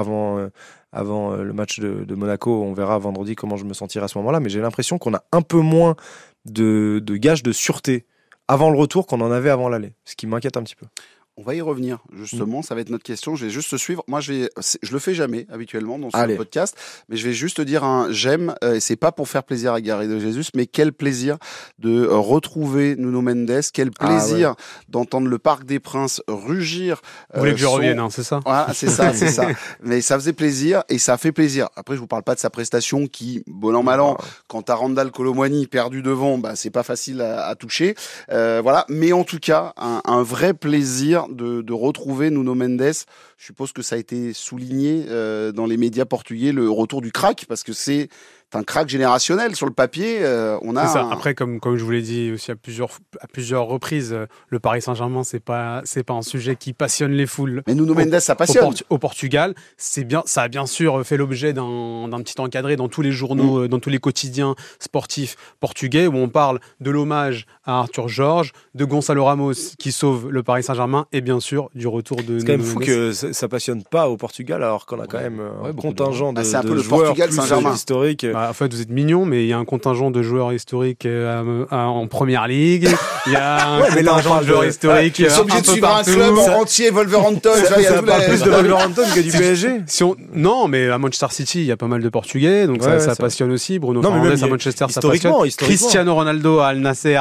le match de Monaco. On verra vendredi comment je me sentirai à ce moment-là. Mais j'ai l'impression qu'on a un peu moins de gages de sûreté avant le retour qu'on en avait avant l'aller, ce qui m'inquiète un petit peu. On va y revenir, justement. Ça va être notre question. Je vais juste te suivre. Moi, je le fais jamais, habituellement, dans ce podcast. Mais je vais juste te dire un j'aime. Et c'est pas pour faire plaisir à Gary de Jesus, mais quel plaisir de retrouver Nuno Mendes. Quel plaisir d'entendre le Parc des Princes rugir. Vous voulez que je revienne, c'est ça? Voilà, c'est ça. Mais ça faisait plaisir et ça fait plaisir. Après, je vous parle pas de sa prestation qui, bon an, mal an, quand t'as Randall Kolo Muani perdu devant, c'est pas facile à toucher. Voilà. Mais en tout cas, un vrai plaisir de retrouver Nuno Mendes. Je suppose que ça a été souligné dans les médias portugais, le retour du crack, parce que c'est un crack générationnel sur le papier. On a. C'est ça. Après, comme je vous l'ai dit aussi à plusieurs reprises, le Paris Saint-Germain, c'est pas un sujet qui passionne les foules. Mais Nuno Mendes, ça passionne. Au Portugal, ça a bien sûr fait l'objet d'un petit encadré dans tous les journaux, dans tous les quotidiens sportifs portugais, où on parle de l'hommage à Arthur Jorge, de Gonçalo Ramos qui sauve le Paris Saint-Germain, et bien sûr du retour de. C'est quand même fou que ça passionne pas au Portugal, alors qu'on a quand même un contingent de c'est un peu le joueurs Portugal Saint-Germain historiques. En fait, vous êtes mignons, mais il y a un contingent de joueurs historiques en première ligue. Il y a un contingent de joueurs historiques. Ils sont obligés de suivre un club entier, Wolverhampton. Ça parle plus de Wolverhampton que du PSG. Non, mais à Manchester City, il y a pas mal de Portugais, donc ça passionne aussi. Bruno Fernandes à Manchester, ça passionne. Cristiano Ronaldo à Al Nasser,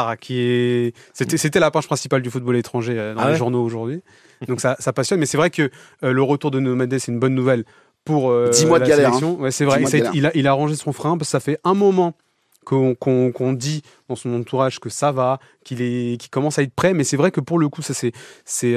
c'était la page principale du football étranger dans les journaux aujourd'hui. Donc ça passionne, mais c'est vrai que le retour de Nuno Mendes, c'est une bonne nouvelle pour 10 mois de galère. Ouais, c'est vrai. Il a rangé son frein parce que ça fait un moment qu'on dit dans son entourage que ça va, qu'il commence à être prêt, mais c'est vrai que pour le coup, ça c'est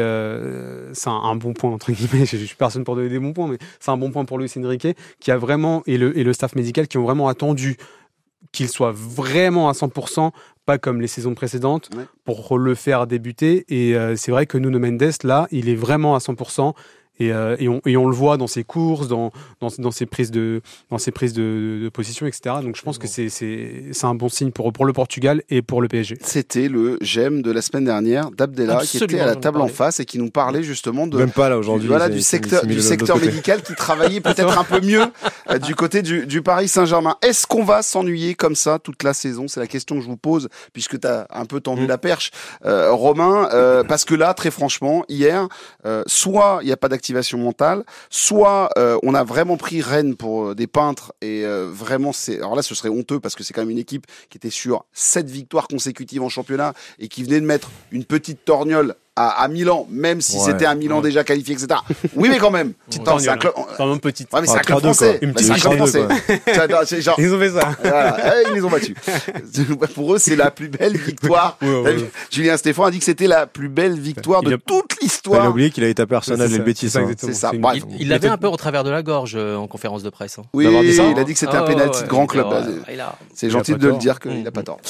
un bon point entre guillemets. Je suis personne pour donner des bons points, mais c'est un bon point pour Luis Enrique qui a vraiment et le staff médical qui ont vraiment attendu qu'il soit vraiment à 100%, pas comme les saisons précédentes, pour le faire débuter. Et c'est vrai que Nuno Mendes, là, il est vraiment à 100%. Et on le voit dans ses courses, dans ses prises de position, etc. Donc je pense que c'est un bon signe pour le Portugal et pour le PSG. C'était le j'aime de la semaine dernière d'Abdella qui était à la table en face et qui nous parlait justement de même pas là aujourd'hui. Voilà, du secteur médical qui travaillait peut-être un peu mieux du côté du Paris Saint-Germain. Est-ce qu'on va s'ennuyer comme ça toute la saison? C'est la question que je vous pose puisque tu as un peu tendu la perche, Romain, parce que là, très franchement, hier, soit il n'y a pas d'activité mentale, soit on a vraiment pris Rennes pour des peintres et vraiment alors là ce serait honteux parce que c'est quand même une équipe qui était sur 7 victoires consécutives en championnat et qui venait de mettre une petite torgnole à Milan, même si c'était un Milan déjà qualifié, etc. Oui, mais quand même. C'est un club. Petite. Ouais, mais c'est un club français. C'est un club français. Ils ont fait ça. Voilà. Ils les ont battus. Pour eux, c'est la plus belle victoire. Julien Stéphan a dit que c'était la plus belle victoire de toute l'histoire. Il a oublié qu'il a été personnel et le Betis. C'est ça. Il l'avait un peu au travers de la gorge en conférence de presse. Oui, il a dit que c'était un pénalty de grand club. C'est gentil de le dire qu'il n'a pas tort.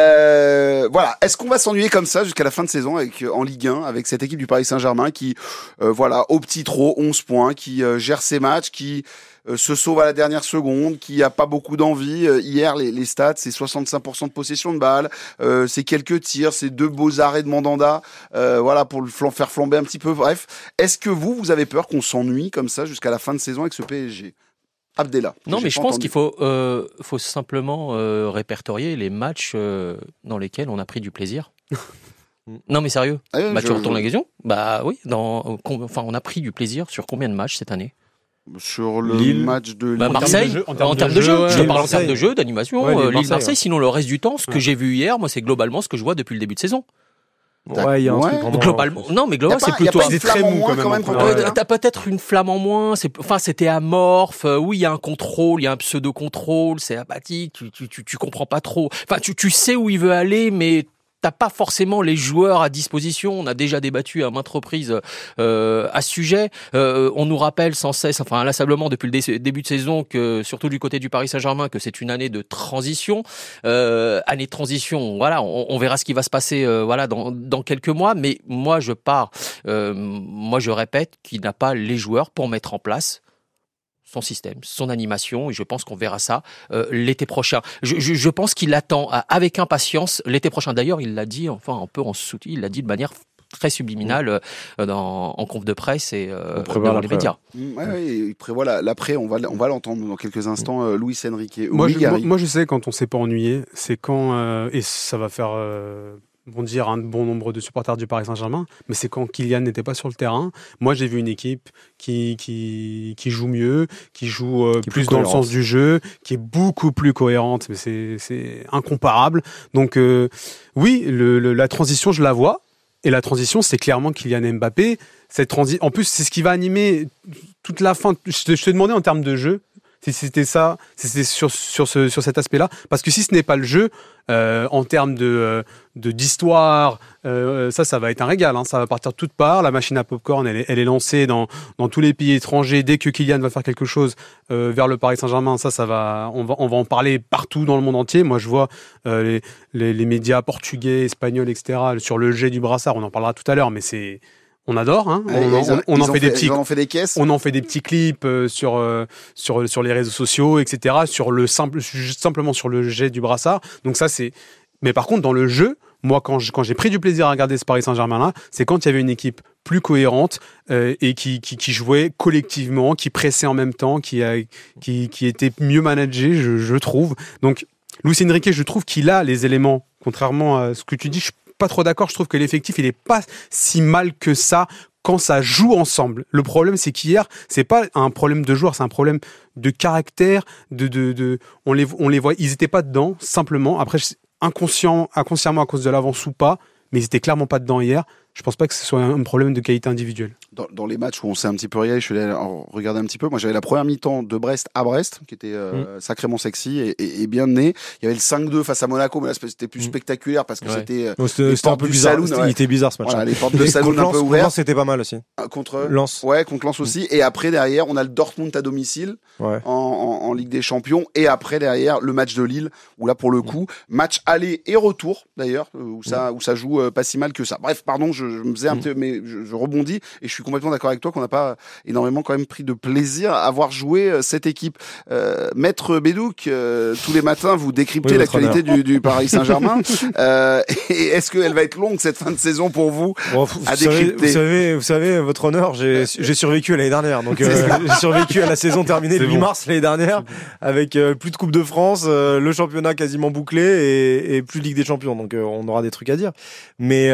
Voilà. Est-ce qu'on va s'ennuyer comme ça jusqu'à la fin de saison en Ligue 1 avec cette équipe du Paris Saint-Germain qui, au petit trot, 11 points, qui gère ses matchs, qui se sauve à la dernière seconde, qui a pas beaucoup d'envie. Hier, les stats, c'est 65% de possession de balle, c'est quelques tirs, c'est 2 beaux arrêts de Mandanda, pour le faire flamber un petit peu. Bref, est-ce que vous avez peur qu'on s'ennuie comme ça jusqu'à la fin de saison avec ce PSG? Abdella. Non, mais je pense qu'il faut simplement répertorier les matchs dans lesquels on a pris du plaisir. Non mais sérieux, tu retournes la question. Bah oui, on a pris du plaisir sur combien de matchs cette année? Sur le match de Lille. Marseille, en termes de jeu. Je te parle en termes de jeu, d'animation. Lille-Marseille, sinon le reste du temps, ce que j'ai vu hier, moi c'est globalement ce que je vois depuis le début de saison. Ouais, il y a un truc vraiment... Globalement, non, mais globalement, c'est plutôt très mou quand même. T'as peut-être une flamme en moins. C'était amorphe. Oui, il y a un contrôle, il y a un pseudo-contrôle. C'est apathique. Tu comprends pas trop. Enfin, tu sais où il veut aller, mais t'as pas forcément les joueurs à disposition. On a déjà débattu à maintes reprises à ce sujet. On nous rappelle sans cesse, inlassablement depuis le début de saison, que surtout du côté du Paris Saint-Germain, que c'est une année de transition. Année de transition. Voilà, on verra ce qui va se passer. Dans quelques mois. Mais moi, je répète qu'il n'a pas les joueurs pour mettre en place son système, son animation, et je pense qu'on verra ça l'été prochain. Je pense qu'il attend avec impatience l'été prochain. D'ailleurs, il l'a dit, un peu en sous-titre, il l'a dit de manière très subliminale en conf de presse et dans les médias. Il prévoit l'après, on va l'entendre dans quelques instants, Luis Enrique. Moi, je sais quand on s'est pas ennuyé, c'est quand, et ça va faire vont dire un bon nombre de supporters du Paris Saint-Germain, mais c'est quand Kylian n'était pas sur le terrain. Moi, j'ai vu une équipe qui joue mieux, qui joue plus dans le sens du jeu, qui est beaucoup plus cohérente, mais c'est incomparable. Donc oui, la transition, je la vois. Et la transition, c'est clairement Kylian Mbappé. En plus, c'est ce qui va animer toute la fin. Je te demandais en termes de jeu, si c'était ça, si c'était sur cet aspect-là. Parce que si ce n'est pas le jeu, en termes d'histoire, ça va être un régal. Ça va partir de toutes parts. La machine à popcorn, elle est lancée dans tous les pays étrangers. Dès que Kylian va faire quelque chose vers le Paris Saint-Germain, on va en parler partout dans le monde entier. Moi, je vois les médias portugais, espagnols, etc. sur le jet du brassard. On en parlera tout à l'heure, mais on adore, hein. On en fait des petits, on en fait des caisses. On en fait des petits clips sur les réseaux sociaux, etc. Simplement sur le jet du brassard. Donc ça mais par contre dans le jeu, moi quand j'ai pris du plaisir à regarder ce Paris Saint-Germain là, c'est quand il y avait une équipe plus cohérente et qui jouait collectivement, qui pressait en même temps, qui était mieux managée, je trouve. Donc Luis Enrique, je trouve qu'il a les éléments, contrairement à ce que tu dis. Je suis pas trop d'accord, je trouve que l'effectif il est pas si mal que ça quand ça joue ensemble. Le problème c'est qu'hier, c'est pas un problème de joueurs, c'est un problème de caractère, on les voit, ils étaient pas dedans simplement. Après inconsciemment à cause de l'avance ou pas, mais ils étaient clairement pas dedans hier. Je pense pas que ce soit un problème de qualité individuelle. Dans les matchs où on s'est un petit peu régalé, je suis allé regarder un petit peu. Moi, j'avais la première mi-temps de Brest à Brest, qui était sacrément sexy et bien mené. Il y avait le 5-2 face à Monaco, mais là, c'était plus spectaculaire parce que c'était un peu bizarre. Il était bizarre ce match. Voilà, les portes de Saloon un peu ouvertes. Lens, c'était pas mal aussi. Contre Lens. Ouais, contre Lens aussi. Et après, derrière, on a le Dortmund à domicile en Ligue des Champions. Et après, derrière, le match de Lille, où là, pour le coup, match aller et retour, d'ailleurs, où ça joue pas si mal que ça. Bref, pardon, je me faisais un peu, mais je rebondis et je suis complètement d'accord avec toi qu'on n'a pas énormément quand même pris de plaisir à avoir joué cette équipe. Maître Bédouc, tous les matins vous décryptez l'actualité du Paris Saint-Germain. Et est-ce qu'elle va être longue cette fin de saison pour vous à décrypter? Vous savez, votre honneur, j'ai survécu à l'année dernière. Donc j'ai survécu à la saison terminée le 8 mars l'année dernière avec plus de Coupe de France, le championnat quasiment bouclé et plus de Ligue des Champions. Donc on aura des trucs à dire. Mais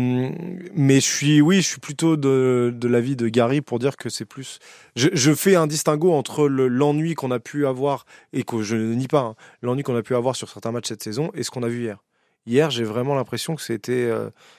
je suis plutôt de l'avis de Gary pour dire que c'est plus. Je fais un distinguo entre l'ennui qu'on a pu avoir et que je ne nie pas, l'ennui qu'on a pu avoir sur certains matchs cette saison et ce qu'on a vu hier. Hier, j'ai vraiment l'impression que c'était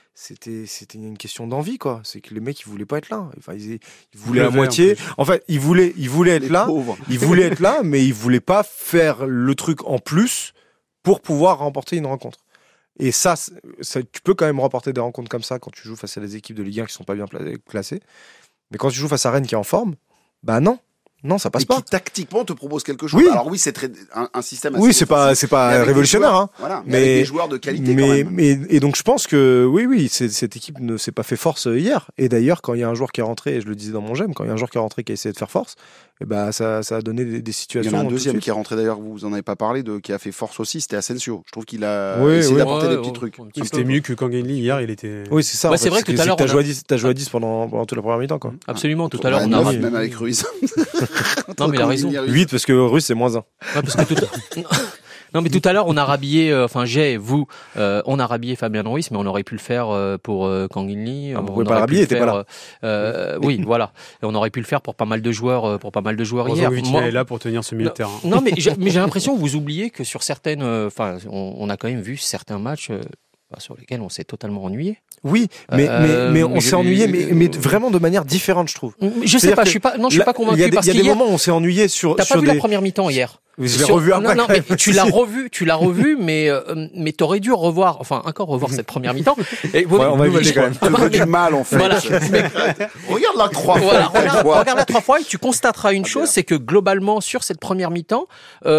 une question d'envie, quoi. C'est que les mecs ils voulaient pas être là. Enfin, ils voulaient à moitié. En fait, ils voulaient être là. Ils voulaient être là, mais ils voulaient pas faire le truc en plus pour pouvoir remporter une rencontre. Et ça, tu peux quand même remporter des rencontres comme ça quand tu joues face à des équipes de Ligue 1 qui sont pas bien classées. Mais quand tu joues face à Rennes qui est en forme, bah non, ça passe pas. Qui tactiquement te propose quelque chose. Oui. Alors oui, c'est un système assez c'est pas révolutionnaire, joueurs, voilà, mais avec des joueurs de qualité quand même. Et donc je pense que oui, cette équipe ne s'est pas fait force hier. Et d'ailleurs, quand il y a un joueur qui est rentré, et je le disais dans mon j'aime, quand il y a un joueur qui est rentré qui a essayé de faire force, et bah ça a donné des situations. Il y en a un deuxième qui est rentré d'ailleurs, vous en avez pas parlé, qui a fait force aussi, c'était Asensio. Je trouve qu'il a essayé d'apporter des petits trucs. C'était mieux que Kangelli hier, il était. Oui, c'est ça. Ouais, c'est vrai que tout à l'heure t'as joué à 10 pendant toute la première mi-temps, quoi. Absolument, tout à l'heure on a même avec Ruiz. Non, mais il a raison. 8 parce que Ruiz c'est -1. Ouais, parce que non, mais tout à l'heure, on a rhabillé, on a rhabillé Fabien Ruiz, mais on aurait pu le faire pour Kangelli. On pouvait pas le rhabiller, t'es pas là. Oui, voilà. Et on aurait pu le faire pour pas mal de joueurs, hier. Moi, est là pour tenir ce milieu de terrain. Non, mais j'ai l'impression que vous oubliez que sur certaines, on a quand même vu certains matchs sur lesquels on s'est totalement ennuyé. Oui, mais on s'est ennuyé, mais vraiment de manière différente, je trouve. Je sais pas, je suis pas convaincu. Il y a des moments où on s'est ennuyé sur. T'as pas vu la première mi-temps hier? Je l'ai revu après. Non, mais tu l'as revu, mais t'aurais dû revoir cette première mi-temps. On va évaluer quand même. T'as du mal, en fait. Voilà. Regarde-la 3 fois. Voilà, regarde-la 3 fois et tu constateras une chose, c'est que globalement, sur cette première mi-temps,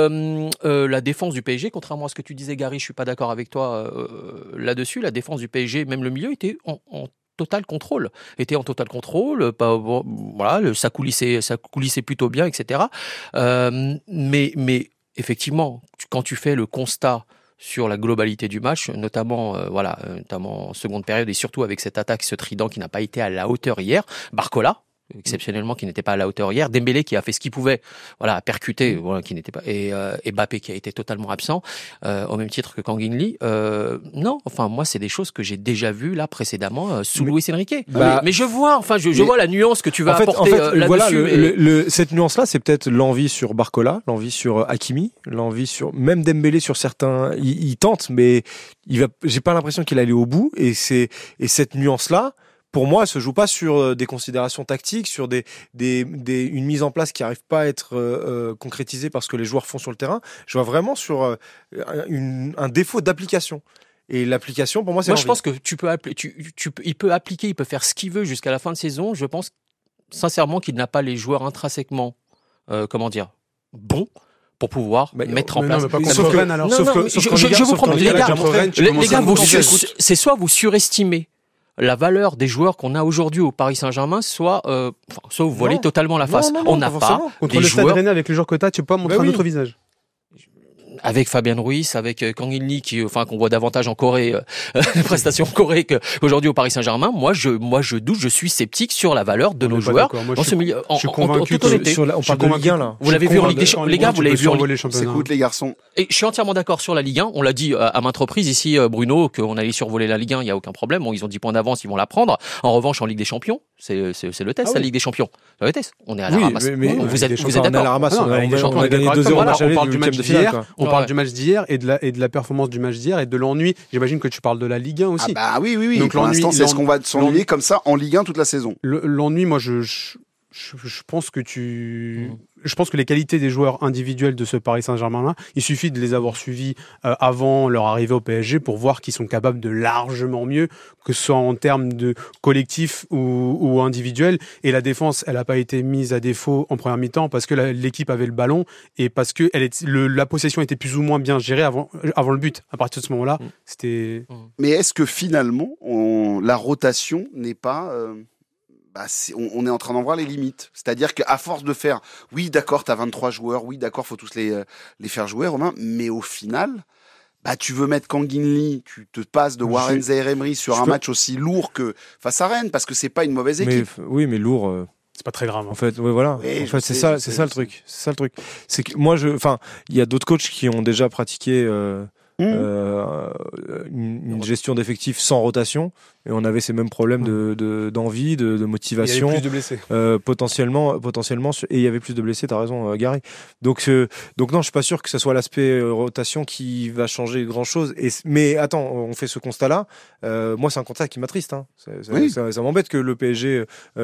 la défense du PSG, contrairement à ce que tu disais, Gary, je suis pas d'accord avec toi là-dessus, la défense du PSG, même le milieu, était en total contrôle. Voilà, ça coulissait plutôt bien, etc. Mais effectivement, quand tu fais le constat sur la globalité du match, notamment en seconde période et surtout avec cette attaque, ce trident qui n'a pas été à la hauteur hier, Barcola, exceptionnellement qui n'était pas à la hauteur hier, Dembélé qui a fait ce qu'il pouvait, voilà, à percuter, voilà, qui n'était pas, et Mbappé qui a été totalement absent, au même titre que Kang In Lee. Non, enfin moi c'est des choses que j'ai déjà vues là précédemment sous Luis Enrique. Mais je vois, enfin je vois la nuance que tu vas apporter là-dessus. Voilà, cette nuance-là, c'est peut-être l'envie sur Barcola, l'envie sur Hakimi, l'envie sur même Dembélé sur certains. Il tente, mais j'ai pas l'impression qu'il allait au bout. Et cette nuance-là, pour moi, elle se joue pas sur des considérations tactiques, sur une mise en place qui arrive pas à être concrétisée parce que les joueurs font sur le terrain. Je vois vraiment sur un défaut d'application. Et l'application, pour moi, c'est. Moi, je pense que il peut appliquer, il peut faire ce qu'il veut jusqu'à la fin de saison. Je pense sincèrement qu'il n'a pas les joueurs intrinsèquement, bons pour pouvoir mettre en place. Sauf que alors. Je vous promets, les gars, c'est soit vous surestimez la valeur des joueurs qu'on a aujourd'hui au Paris Saint-Germain, soit vous volez totalement la face. On n'a pas contre le Stade Rennais avec les joueurs que t'as, tu peux pas montrer un autre visage. Avec Fabien Ruiz, avec Kang In Lee qu'on voit davantage en Corée, les prestations en Corée qu'aujourd'hui au Paris Saint-Germain. Moi je doute, je suis sceptique sur la valeur de nos joueurs dans ce milieu. Je suis convaincu on parle de Ligue 1 là. Vous l'avez vu en Ligue des Champions, les gars, vous l'avez vu en Ligue. Écoute les garçons. Et je suis entièrement d'accord sur la Ligue 1. On l'a dit à maintes reprises ici, Bruno, qu'on allait survoler la Ligue 1, il y a aucun problème. Bon, ils ont 10 points d'avance, ils vont la prendre. En revanche, en Ligue des Champions, c'est le test, la Ligue des Champions. C'est le test. On est à la ramasse. Vous êtes d'accord? On a gagné 2-0 on parle du match d'hier et de la performance du match d'hier et de l'ennui. J'imagine que tu parles de la Ligue 1 aussi. Ah bah oui. Donc pour l'instant, c'est ce qu'on va s'ennuyer comme ça en Ligue 1 toute la saison. L'ennui, moi, je pense que je pense que les qualités des joueurs individuels de ce Paris Saint-Germain-là, il suffit de les avoir suivis avant leur arrivée au PSG pour voir qu'ils sont capables de largement mieux, que ce soit en termes de collectif ou individuel. Et la défense, elle n'a pas été mise à défaut en première mi-temps parce que l'équipe avait le ballon et parce que la possession était plus ou moins bien gérée avant le but. À partir de ce moment-là, c'était... Mais est-ce que finalement, la rotation n'est pas... on est en train d'en voir les limites. C'est-à-dire qu'à force de faire, oui, d'accord, t'as 23 joueurs, oui, d'accord, faut tous les faire jouer, Romain, mais au final, tu veux mettre Kang In Lee, tu te passes de Warren Zaïre-Emery sur un match aussi lourd que face à Rennes, parce que c'est pas une mauvaise équipe. Mais lourd... C'est pas très grave. En fait, voilà. Oui, en fait, c'est ça le truc. C'est ça le truc. C'est que moi, il y a d'autres coachs qui ont déjà pratiqué une gestion d'effectifs sans rotation, et on avait ces mêmes problèmes d'envie, de motivation. Il y avait plus de blessés. Potentiellement, et il y avait plus de blessés. T'as raison, Gary. Donc non, je suis pas sûr que ce soit l'aspect rotation qui va changer grand chose. Mais attends, on fait ce constat-là. Moi, c'est un constat qui m'attriste. Hein. Ça m'embête que le PSG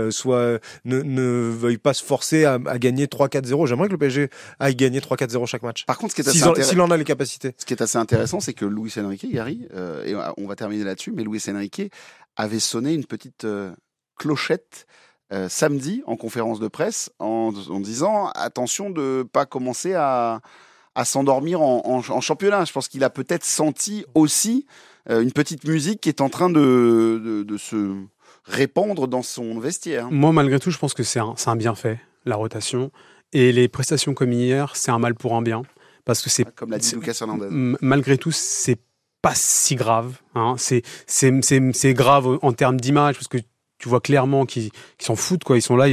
ne veuille pas se forcer à gagner 3-4-0. J'aimerais que le PSG aille gagner 3-4-0 chaque match. Par contre, ce qui est s'il en a les capacités. Ce qui est assez intéressant, c'est que Luis Enrique, Gary, et on va terminer là-dessus, mais Luis Enrique avait sonné une petite clochette samedi en conférence de presse en disant attention de pas commencer à s'endormir en championnat. Je pense qu'il a peut-être senti aussi une petite musique qui est en train de se répandre dans son vestiaire. Moi, malgré tout, je pense que c'est un bienfait, la rotation. Et les prestations comme hier, c'est un mal pour un bien. Parce que c'est, comme l'a dit Lucas Hernandez. Malgré tout, c'est pas si grave. Hein. C'est grave en termes d'image, parce que tu vois clairement qu'ils s'en foutent, quoi. Ils sont là,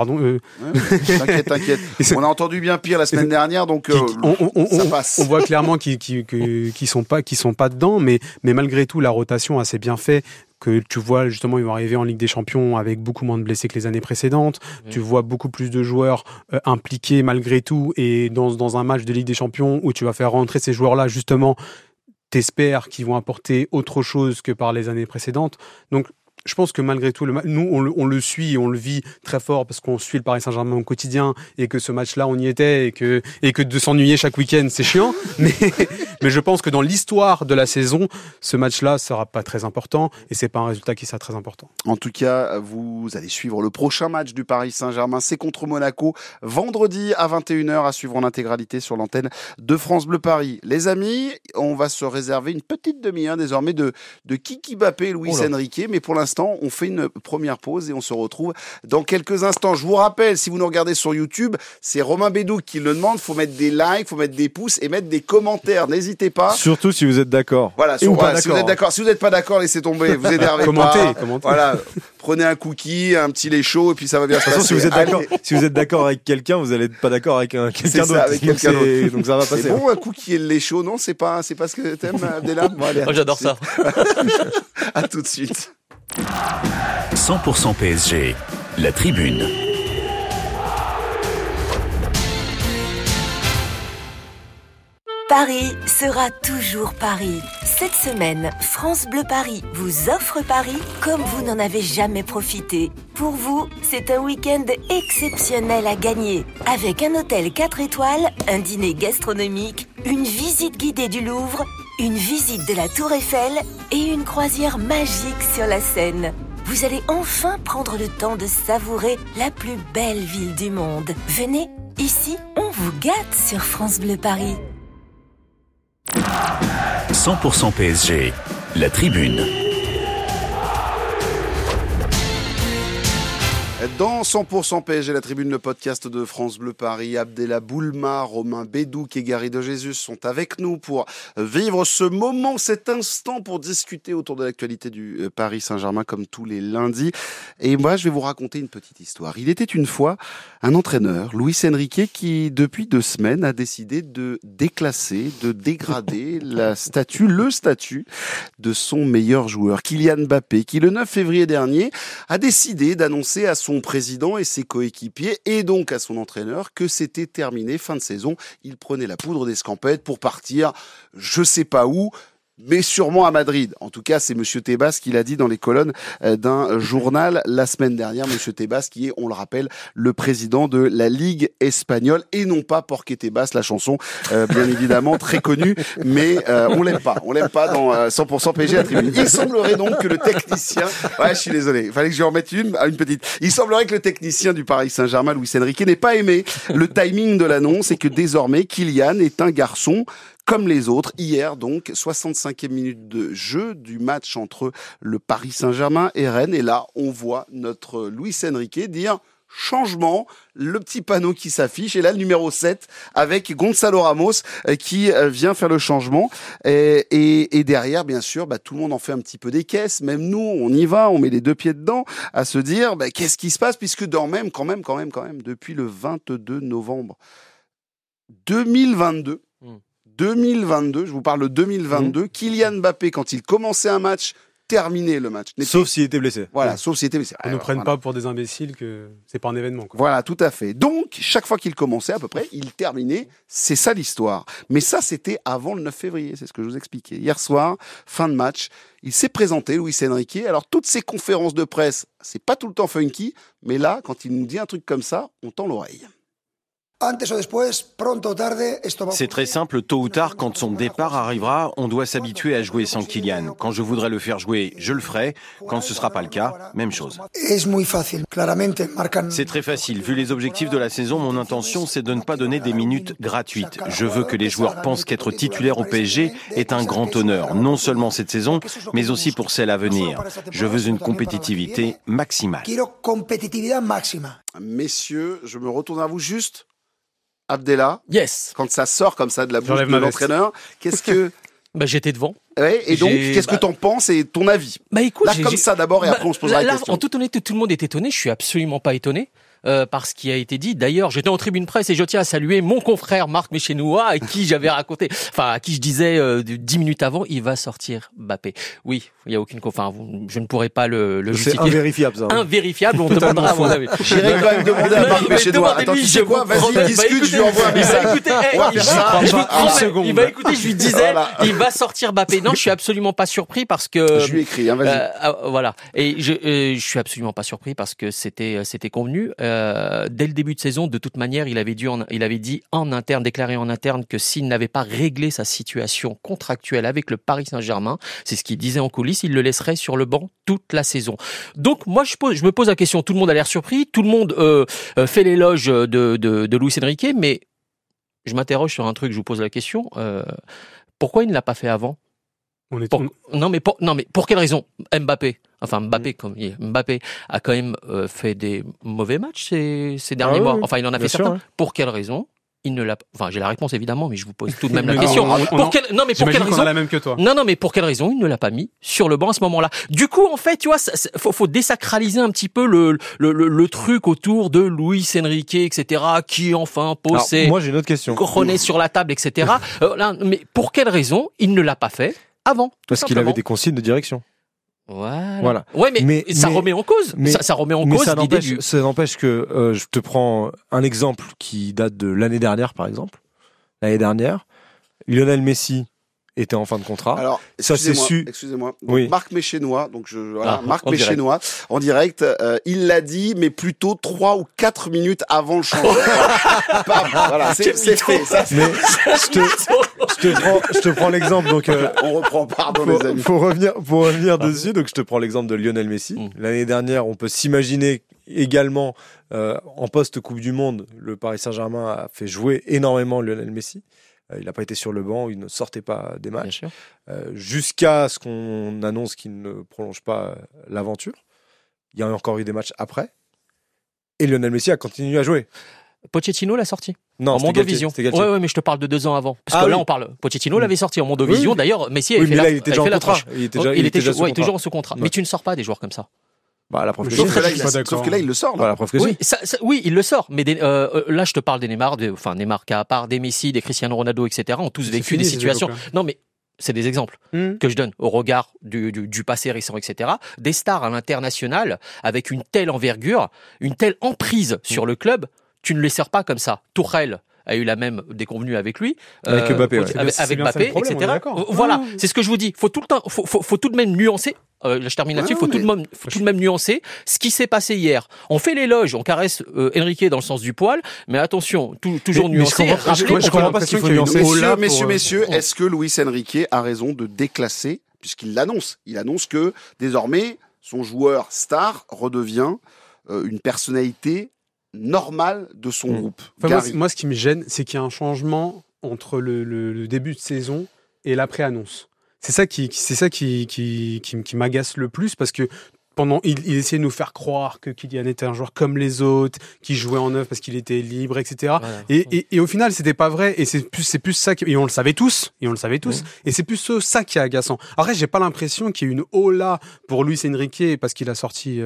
T'inquiète. On a entendu bien pire la semaine dernière, donc ça passe. On voit clairement qu'ils sont pas dedans, mais malgré tout, la rotation a ses bienfaits. Que tu vois, justement, ils vont arriver en Ligue des Champions avec beaucoup moins de blessés que les années précédentes. Tu vois beaucoup plus de joueurs impliqués malgré tout. Et dans un match de Ligue des Champions où tu vas faire rentrer ces joueurs-là, justement, t'espères qu'ils vont apporter autre chose que par les années précédentes. Donc, je pense que malgré tout, nous, on le suit et on le vit très fort parce qu'on suit le Paris Saint-Germain au quotidien et que ce match-là, on y était et que de s'ennuyer chaque week-end, c'est chiant. Mais je pense que dans l'histoire de la saison, ce match-là sera pas très important et c'est pas un résultat qui sera très important. En tout cas, vous allez suivre le prochain match du Paris Saint-Germain. C'est contre Monaco, vendredi à 21h, à suivre en intégralité sur l'antenne de France Bleu Paris. Les amis, on va se réserver une petite demi-heure désormais de Kiki Mbappé et Luis Enrique, mais pour l'instant, instants. On fait une première pause et on se retrouve dans quelques instants. Je vous rappelle, si vous nous regardez sur YouTube, c'est Romain Bédou qui le demande. Faut mettre des likes, faut mettre des pouces et mettre des commentaires. N'hésitez pas. Surtout si vous êtes d'accord. Voilà, si vous êtes d'accord. Si vous n'êtes pas d'accord, laissez tomber. Vous énervez pas. Commentez. Voilà. Prenez un cookie, un petit lait chaud et puis ça va bien se passer. Si vous êtes d'accord avec quelqu'un, vous allez pas d'accord avec quelqu'un d'autre. Avec quelqu'un d'autre. Donc ça va passer. C'est bon, un cookie et le lait chaud, non? C'est pas ce que t'aimes, Abdellah? Bon, allez, Moi, j'adore ça. À tout de suite. 100% PSG, la tribune. Paris sera toujours Paris. Cette semaine, France Bleu Paris vous offre Paris comme vous n'en avez jamais profité. Pour vous, c'est un week-end exceptionnel à gagner. Avec un hôtel 4 étoiles, un dîner gastronomique, une visite guidée du Louvre, une visite de la Tour Eiffel et une croisière magique sur la Seine. Vous allez enfin prendre le temps de savourer la plus belle ville du monde. Venez, ici, on vous gâte sur France Bleu Paris. 100% PSG, la tribune. Dans 100% PSG, la tribune, le podcast de France Bleu Paris, Abdellah Boulma, Romain Bédouk et Gary de Jésus sont avec nous pour vivre ce moment, cet instant pour discuter autour de l'actualité du Paris Saint-Germain comme tous les lundis. Et moi, je vais vous raconter une petite histoire. Il était une fois un entraîneur, Luis Enrique, qui depuis 2 semaines a décidé de déclasser, de dégrader le statut de son meilleur joueur, Kylian Mbappé, qui le 9 février dernier a décidé d'annoncer à son président et ses coéquipiers et donc à son entraîneur que c'était terminé, fin de saison. Il prenait la poudre d'escampette pour partir, je sais pas où, mais sûrement à Madrid. En tout cas, c'est Monsieur Tebas qui l'a dit dans les colonnes d'un journal la semaine dernière. Monsieur Tebas qui est, on le rappelle, le président de la Ligue espagnole et non pas Porque Tebas, la chanson, bien évidemment, très connue, mais on l'aime pas. On l'aime pas dans 100% PSG à tribune. Il semblerait donc que le technicien... Ouais, je suis désolé. Il fallait que je remette une petite. Il semblerait que le technicien du Paris Saint-Germain, Luis Enrique, n'ait pas aimé le timing de l'annonce et que désormais, Kylian est un garçon comme les autres. Hier, donc, 65e minute de jeu du match entre le Paris Saint-Germain et Rennes. Et là, on voit notre Luis Enrique dire changement, le petit panneau qui s'affiche. Et là, le numéro 7 avec Gonzalo Ramos qui vient faire le changement. Et derrière, bien sûr, tout le monde en fait un petit peu des caisses. Même nous, on y va, on met les 2 pieds dedans à se dire qu'est-ce qui se passe puisque quand même, depuis le 22 novembre 2022, 2022, je vous parle de 2022, Kylian Mbappé, quand il commençait un match, terminait le match. Sauf s'il était blessé. Voilà, sauf s'il était blessé. On ne prenne pas pour des imbéciles que c'est pas un événement, quoi. Voilà, tout à fait. Donc, chaque fois qu'il commençait, à peu près, il terminait. C'est ça l'histoire. Mais ça, c'était avant le 9 février. C'est ce que je vous expliquais. Hier soir, fin de match, il s'est présenté, Luis Enrique. Alors, toutes ces conférences de presse, c'est pas tout le temps funky, mais là, quand il nous dit un truc comme ça, on tend l'oreille. C'est très simple, tôt ou tard, quand son départ arrivera, on doit s'habituer à jouer sans Kylian. Quand je voudrais le faire jouer, je le ferai. Quand ce ne sera pas le cas, même chose. C'est très facile. Vu les objectifs de la saison, mon intention, c'est de ne pas donner des minutes gratuites. Je veux que les joueurs pensent qu'être titulaire au PSG est un grand honneur, non seulement cette saison, mais aussi pour celle à venir. Je veux une compétitivité maximale. Messieurs, je me retourne à vous juste. Abdellah, Yes. Quand ça sort comme ça de la bouche de l'entraîneur, qu'est-ce que... J'étais devant. Ouais, et donc, qu'est-ce que t'en penses et ton avis? Écoute, là, comme ça d'abord, et après on se posera la question. En toute honnêteté, tout le monde est étonné. Je suis absolument pas étonné. Par ce qui a été dit. D'ailleurs, j'étais en tribune presse et je tiens à saluer mon confrère Marc Méchenois, à qui j'avais raconté, à qui je disais 10 minutes avant, il va sortir Mbappé. Oui, il y a aucune, je ne pourrais pas le justifier. C'est invérifiable, ça. Invérifiable, on demandera à mon avis. J'irai quand même demander à Marc Méchenois. Attends, tu sais quoi? Vas-y, discute, je lui envoie un message. Il va écouter, je lui disais, il va sortir Mbappé. Non, je suis absolument pas surpris parce que... Je lui écris, vas-y. Voilà. Et je suis absolument pas surpris parce que c'était convenu. Dès le début de saison, de toute manière, il avait dit en interne, déclaré en interne que s'il n'avait pas réglé sa situation contractuelle avec le Paris Saint-Germain, c'est ce qu'il disait en coulisses, il le laisserait sur le banc toute la saison. Donc moi, je me pose la question, tout le monde a l'air surpris, tout le monde fait l'éloge de Luis Enrique, mais je m'interroge sur un truc, je vous pose la question, pourquoi il ne l'a pas fait avant ? Non mais pour quelle raison Mbappé a quand même fait des mauvais matchs ces derniers mois. Enfin, il en a fait certains. Ouais. Pour quelle raison il ne l'a? Enfin, j'ai la réponse évidemment, mais je vous pose tout de même la question. Pour quelle raison? La même que toi. Non, mais pour quelle raison il ne l'a pas mis sur le banc à ce moment-là? Du coup, en fait, tu vois, faut désacraliser un petit peu le truc autour de Luis Enrique, etc., qui enfin pose ses moi j'ai une autre question. Coronets sur la table, etc. Mais pour quelle raison il ne l'a pas fait avant? Parce qu'il avait des consignes de direction. Voilà. Ouais, mais ça remet en cause. Ça remet en cause l'idée du. Ça n'empêche que je te prends un exemple qui date de l'année dernière, par exemple. L'année dernière, Lionel Messi était en fin de contrat. Alors, excusez-moi. Donc, oui. Marc Méchénois, Marc Méchénois, en direct, il l'a dit, mais plutôt 3 ou 4 minutes avant le changement. Voilà, c'est fait. Ça, mais je te prends l'exemple. Donc, on reprend, pardon les amis. Pour revenir dessus, donc je te prends l'exemple de Lionel Messi. L'année dernière, on peut s'imaginer également en post-Coupe du Monde, le Paris Saint-Germain a fait jouer énormément Lionel Messi. Il n'a pas été sur le banc, il ne sortait pas des matchs. Jusqu'à ce qu'on annonce qu'il ne prolonge pas l'aventure. Il y a encore eu des matchs après. Et Lionel Messi a continué à jouer. Pochettino l'a sorti. Non, en Mondovision. Ouais, mais je te parle de 2 ans avant. Parce que là, on parle. Pochettino l'avait sorti en Mondovision. Oui. D'ailleurs, Messi avait fait là, il était déjà en contrat. Il était toujours sous contrat. Ouais. Mais tu ne sors pas des joueurs comme ça. Bah, la preuve sauf que là, il le sort. Là. Bah, la preuve que oui, il le sort. Mais là, je te parle des Neymar, Neymar qui à part des Messi, des Cristiano Ronaldo, etc. ont tous vécu des situations. Non, mais c'est des exemples que je donne au regard du passé récent, etc. Des stars à l'international avec une telle envergure, une telle emprise sur le club, tu ne les sers pas comme ça. Tourelle a eu la même déconvenue avec lui, avec Mbappé, avec Mbappé, etc. Voilà, c'est ce que je vous dis. Faut tout le temps, faut tout de même nuancer. Là, je termine là-dessus. Faut tout de même nuancer ce qui s'est passé hier. On fait l'éloge, on caresse Enrique dans le sens du poil, mais attention, toujours nuancer. Je comprends pas ce qu'il faut nuancer. Messieurs, est-ce que Luis Enrique a raison de déclasser, puisqu'il l'annonce? Il annonce que désormais son joueur star redevient une personnalité normale de son groupe. Enfin, moi, ce qui me gêne, c'est qu'il y a un changement entre le début de saison et l'après-annonce. C'est ça qui m'agace le plus, parce que il essayait de nous faire croire que Kylian était un joueur comme les autres, qui jouait en neuf parce qu'il était libre, etc. Voilà. Et au final, c'était pas vrai. Et c'est plus ça et on le savait tous. Et c'est plus ça qui est agaçant. Après, j'ai pas l'impression qu'il y ait une hola pour Luis Enrique parce qu'il a sorti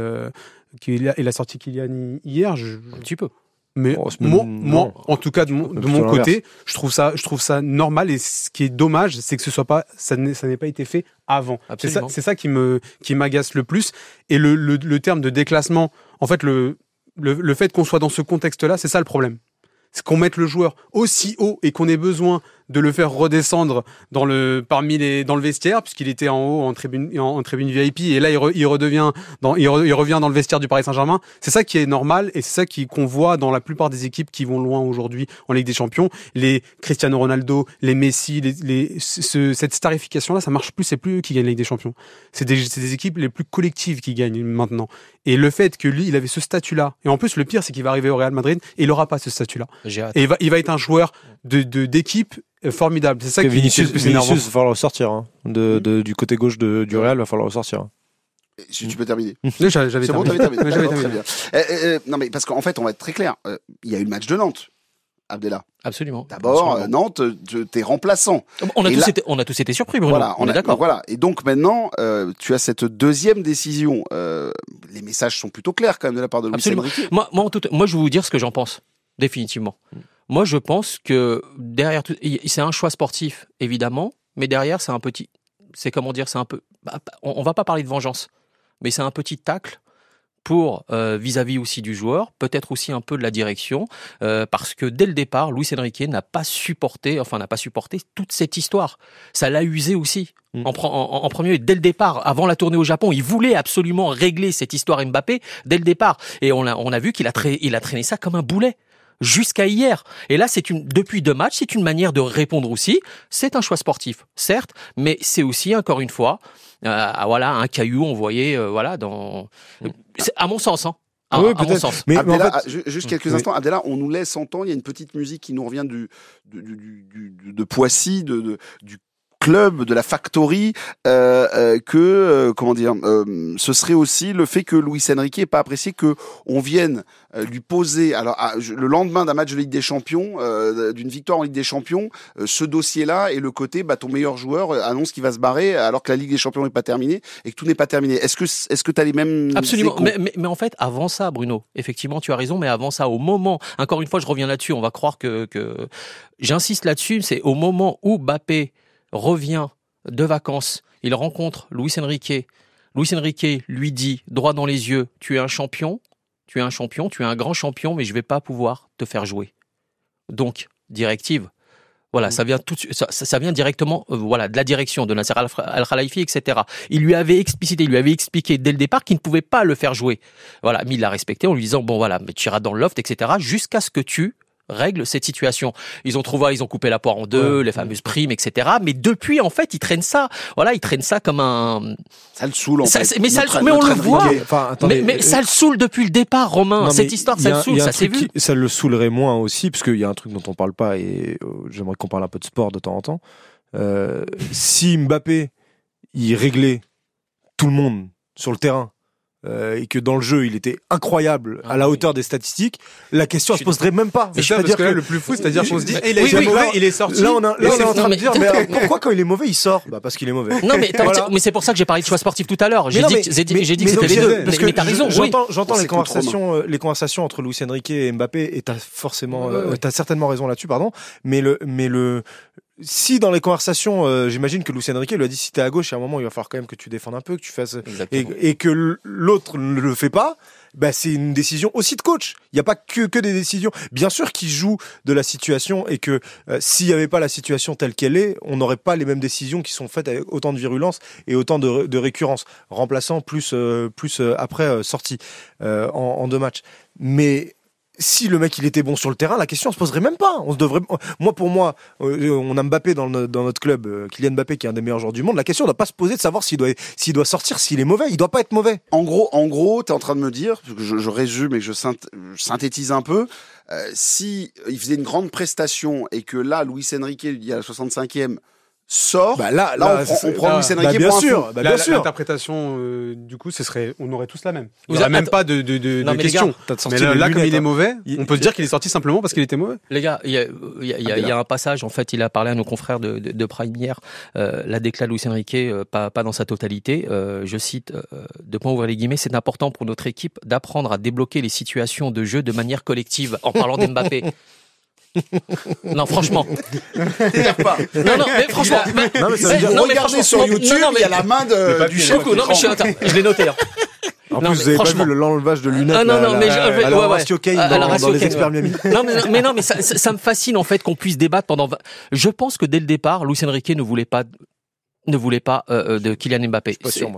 Kylian hier. Un petit peu. Mais moi, en tout cas de mon côté, je trouve ça normal, et ce qui est dommage, c'est que ça n'ait pas été fait avant. C'est ça qui m'agace le plus. Et le terme de déclassement, en fait, le fait qu'on soit dans ce contexte-là, c'est ça le problème. C'est qu'on mette le joueur aussi haut et qu'on ait besoin de le faire redescendre dans le vestiaire, puisqu'il était en haut en tribune VIP, et là il revient dans le vestiaire du Paris Saint-Germain. C'est ça qui est normal, et c'est ça qu'on voit dans la plupart des équipes qui vont loin aujourd'hui en Ligue des Champions. Les Cristiano Ronaldo, les Messi, cette starification là, ça marche plus. C'est plus eux qui gagnent la Ligue des Champions. C'est des équipes les plus collectives qui gagnent maintenant. Et le fait que lui, il avait ce statut-là, et en plus le pire, c'est qu'il va arriver au Real Madrid et il aura pas ce statut-là. Et il va être un joueur d'équipe formidable. C'est ça qui Vinicius, il va falloir le sortir. Du côté gauche du Real, il va falloir le sortir. Si tu peux terminer. J'avais terminé. Très bien. Non, mais parce qu'en fait, on va être très clair. Il y a eu le match de Nantes, Abdellah. Absolument. D'abord, Nantes, t'es remplaçant. On a tous été surpris, Bruno. Voilà, on est d'accord. Voilà. Et donc maintenant, tu as cette deuxième décision. Les messages sont plutôt clairs quand même de la part de Luis Enrique. Moi, je vais vous dire ce que j'en pense. Définitivement. Moi, je pense que derrière tout, c'est un choix sportif, évidemment, mais derrière, c'est un petit, c'est comment dire, c'est un peu, on va pas parler de vengeance, mais c'est un petit tacle pour vis-à-vis aussi du joueur, peut-être aussi un peu de la direction, parce que dès le départ, Luis Enrique n'a pas supporté toute cette histoire. Ça l'a usé aussi. En premier, dès le départ, avant la tournée au Japon, il voulait absolument régler cette histoire Mbappé dès le départ, et on a vu qu'il a traîné ça comme un boulet. Jusqu'à hier. Et là, depuis 2 matchs, c'est une manière de répondre aussi. C'est un choix sportif, certes, mais c'est aussi, encore une fois, un caillou envoyé, à mon sens, à mon sens. Mais Abdellah, juste quelques instants. Abdellah, on nous laisse entendre, il y a une petite musique qui nous revient de Poissy, du club, de la factory, ce serait aussi le fait que Luis Enrique n'ait pas apprécié que on vienne lui poser, alors le lendemain d'un match de Ligue des Champions, d'une victoire en Ligue des Champions, ce dossier-là et le côté ton meilleur joueur annonce qu'il va se barrer alors que la Ligue des Champions n'est pas terminée et que tout n'est pas terminé. Est-ce que tu as les mêmes Absolument. Mais en fait, avant ça, Bruno, effectivement, tu as raison, mais avant ça, au moment, encore une fois, je reviens là-dessus, on va croire que j'insiste là-dessus, c'est au moment où Mbappé revient de vacances, il rencontre Luis Enrique. Luis Enrique lui dit, droit dans les yeux, tu es un champion, tu es un grand champion, mais je vais pas pouvoir te faire jouer. Donc, directive. Voilà, ça vient ça vient directement, de la direction de Nasser Al-Khelaifi, etc. Il lui avait expliqué dès le départ qu'il ne pouvait pas le faire jouer. Voilà, mais il l'a respecté en lui disant, mais tu iras dans le loft, etc. jusqu'à ce que tu règle cette situation. Ils ont coupé la poire en deux, les fameuses primes, etc. Mais depuis, en fait, ils traînent ça. Voilà, ils traînent ça comme un. Ça le saoule, en fait. Mais on le voit. Mais ça le saoule depuis le départ, Romain. Cette histoire, ça le saoule, ça s'est vu. Ça le saoulerait moins aussi, parce qu'il y a un truc dont on parle pas, et j'aimerais qu'on parle un peu de sport de temps en temps. Si Mbappé, il réglait tout le monde sur le terrain, et que dans le jeu il était incroyable à la hauteur des statistiques, la question se poserait même pas. Mais c'est-à-dire que là, le plus fou, c'est-à-dire qu'on se dit, il est sorti. Là, on est en train de dire, mais pourquoi quand il est mauvais, il sort? Parce qu'il est mauvais. Non, mais c'est pour ça que j'ai parlé de choix sportifs tout à l'heure. J'ai dit que c'était les deux. Mais t'as raison. J'entends les conversations entre Luis Enrique et Mbappé, et t'as certainement raison là-dessus, pardon. Si dans les conversations, j'imagine que Luis Enrique lui a dit, si t'es à gauche, à un moment il va falloir quand même que tu défendes un peu, que tu fasses, et que l'autre ne le fait pas, c'est une décision aussi de coach. Il n'y a pas que des décisions. Bien sûr qu'il joue de la situation, et que s'il n'y avait pas la situation telle qu'elle est, on n'aurait pas les mêmes décisions qui sont faites avec autant de virulence et autant de récurrence, remplaçant plus après sortie en 2 matchs. Mais si le mec il était bon sur le terrain, la question se poserait même pas. Pour moi, on a Mbappé dans notre club, Kylian Mbappé qui est un des meilleurs joueurs du monde. La question ne doit pas se poser de savoir s'il doit sortir, s'il est mauvais. Il doit pas être mauvais. En gros, t'es en train de me dire, parce que je résume et que je synthétise un peu, si il faisait une grande prestation et que là, Luis Enrique lui dit à la 65e, sort, on prend Luis Enrique bien pour sûr, bien sûr. L'interprétation, du coup, on aurait tous la même. Il n'y aurait même pas de question. Mais là, comme il est mauvais, on peut se dire qu'il est sorti simplement parce qu'il était mauvais. Les gars, il y a un passage, en fait, il a parlé à nos confrères de Prime hier, la déclat de Luis Enrique, pas dans sa totalité, je cite, de point ouvrir les guillemets, c'est important pour notre équipe d'apprendre à débloquer les situations de jeu de manière collective, en parlant d'Mbappé. Non, franchement. T'énerve pas. Non, mais franchement. Regardez sur YouTube, il y a la main du chef. Non, mais je l'ai noté. En plus, vous avez pas vu l'enlevage de lunettes à la Horatio Kane dans les experts Miami. Non, mais ça me fascine, en fait, qu'on puisse débattre pendant. Je pense que dès le départ, Luis Enrique ne voulait pas de Kylian Mbappé. Je suis pas sûr, moi.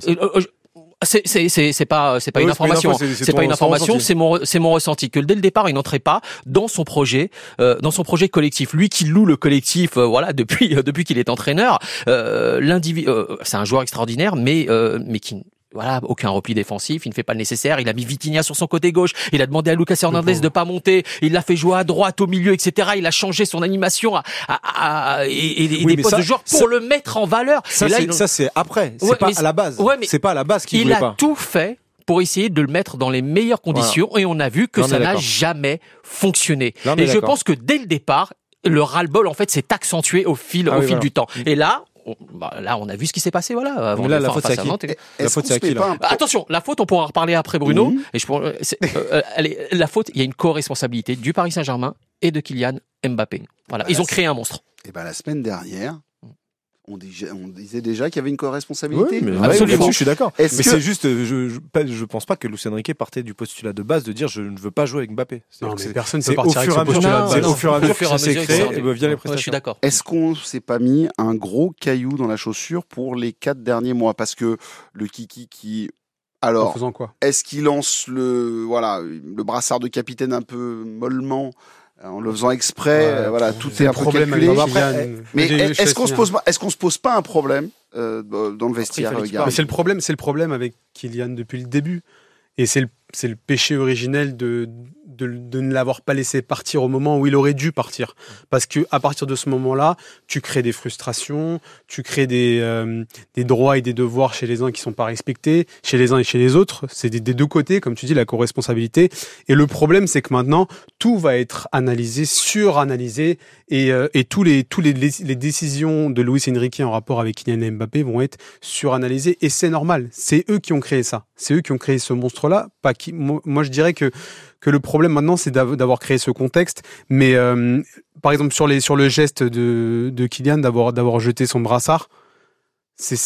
C'est pas une information. C'est pas une information. C'est mon ressenti que dès le départ, il n'entrait pas dans son projet collectif. Lui qui loue le collectif, depuis qu'il est entraîneur. C'est un joueur extraordinaire, mais qui aucun repli défensif, il ne fait pas le nécessaire, il a mis Vitinha sur son côté gauche, il a demandé à Lucas Hernandez de pas monter, il l'a fait jouer à droite, au milieu, etc. Il a changé son animation et des postes de joueurs pour le mettre en valeur. Ça, c'est après, c'est pas à la base. C'est pas à la base qu'il voulait pas. Il a tout fait pour essayer de le mettre dans les meilleures conditions, et on a vu que ça n'a jamais fonctionné. Et je pense que dès le départ, le ras-le-bol, en fait, s'est accentué au fil du temps. Et là, on a vu ce qui s'est passé, avant la faute, c'est à qui? La faute, c'est à qui, là? Attention, la faute, on pourra en reparler après, Bruno. Et la faute, il y a une co-responsabilité du Paris Saint-Germain et de Kylian Mbappé. Voilà, ils ont créé un monstre. Et la semaine dernière, on disait déjà qu'il y avait une co-responsabilité. Oui, absolument, je suis d'accord. Mais c'est juste, je pense pas que Luis Enrique partait du postulat de base de dire je ne veux pas jouer avec Mbappé. Personne ne peut partir avec ce postulat. C'est au fur et à mesure que ça s'est créé via les prestations. Je suis d'accord. Est-ce qu'on s'est pas mis un gros caillou dans la chaussure pour les 4 derniers mois? Parce que le Kiki qui... Alors, en faisant quoi? Est-ce qu'il lance le brassard de capitaine un peu mollement, en le faisant exprès? Tout est un peu calculé. Mais est-ce qu'on se pose pas un problème dans le vestiaire, gars? Mais c'est le problème avec Kylian depuis le début. Et c'est c'est le péché originel de ne l'avoir pas laissé partir au moment où il aurait dû partir. Parce que à partir de ce moment-là, tu crées des frustrations, tu crées des droits et des devoirs chez les uns qui sont pas respectés, chez les uns et chez les autres. C'est des deux côtés, comme tu dis, la co-responsabilité. Et le problème, c'est que maintenant, tout va être analysé, suranalysé, et tous les décisions de Luis Enrique en rapport avec Kylian Mbappé vont être suranalysées. Et c'est normal. C'est eux qui ont créé ça. C'est eux qui ont créé ce monstre-là. Moi, je dirais que le problème maintenant, c'est d'avoir créé ce contexte. Mais par exemple, sur le geste de Kylian d'avoir jeté son brassard, c'est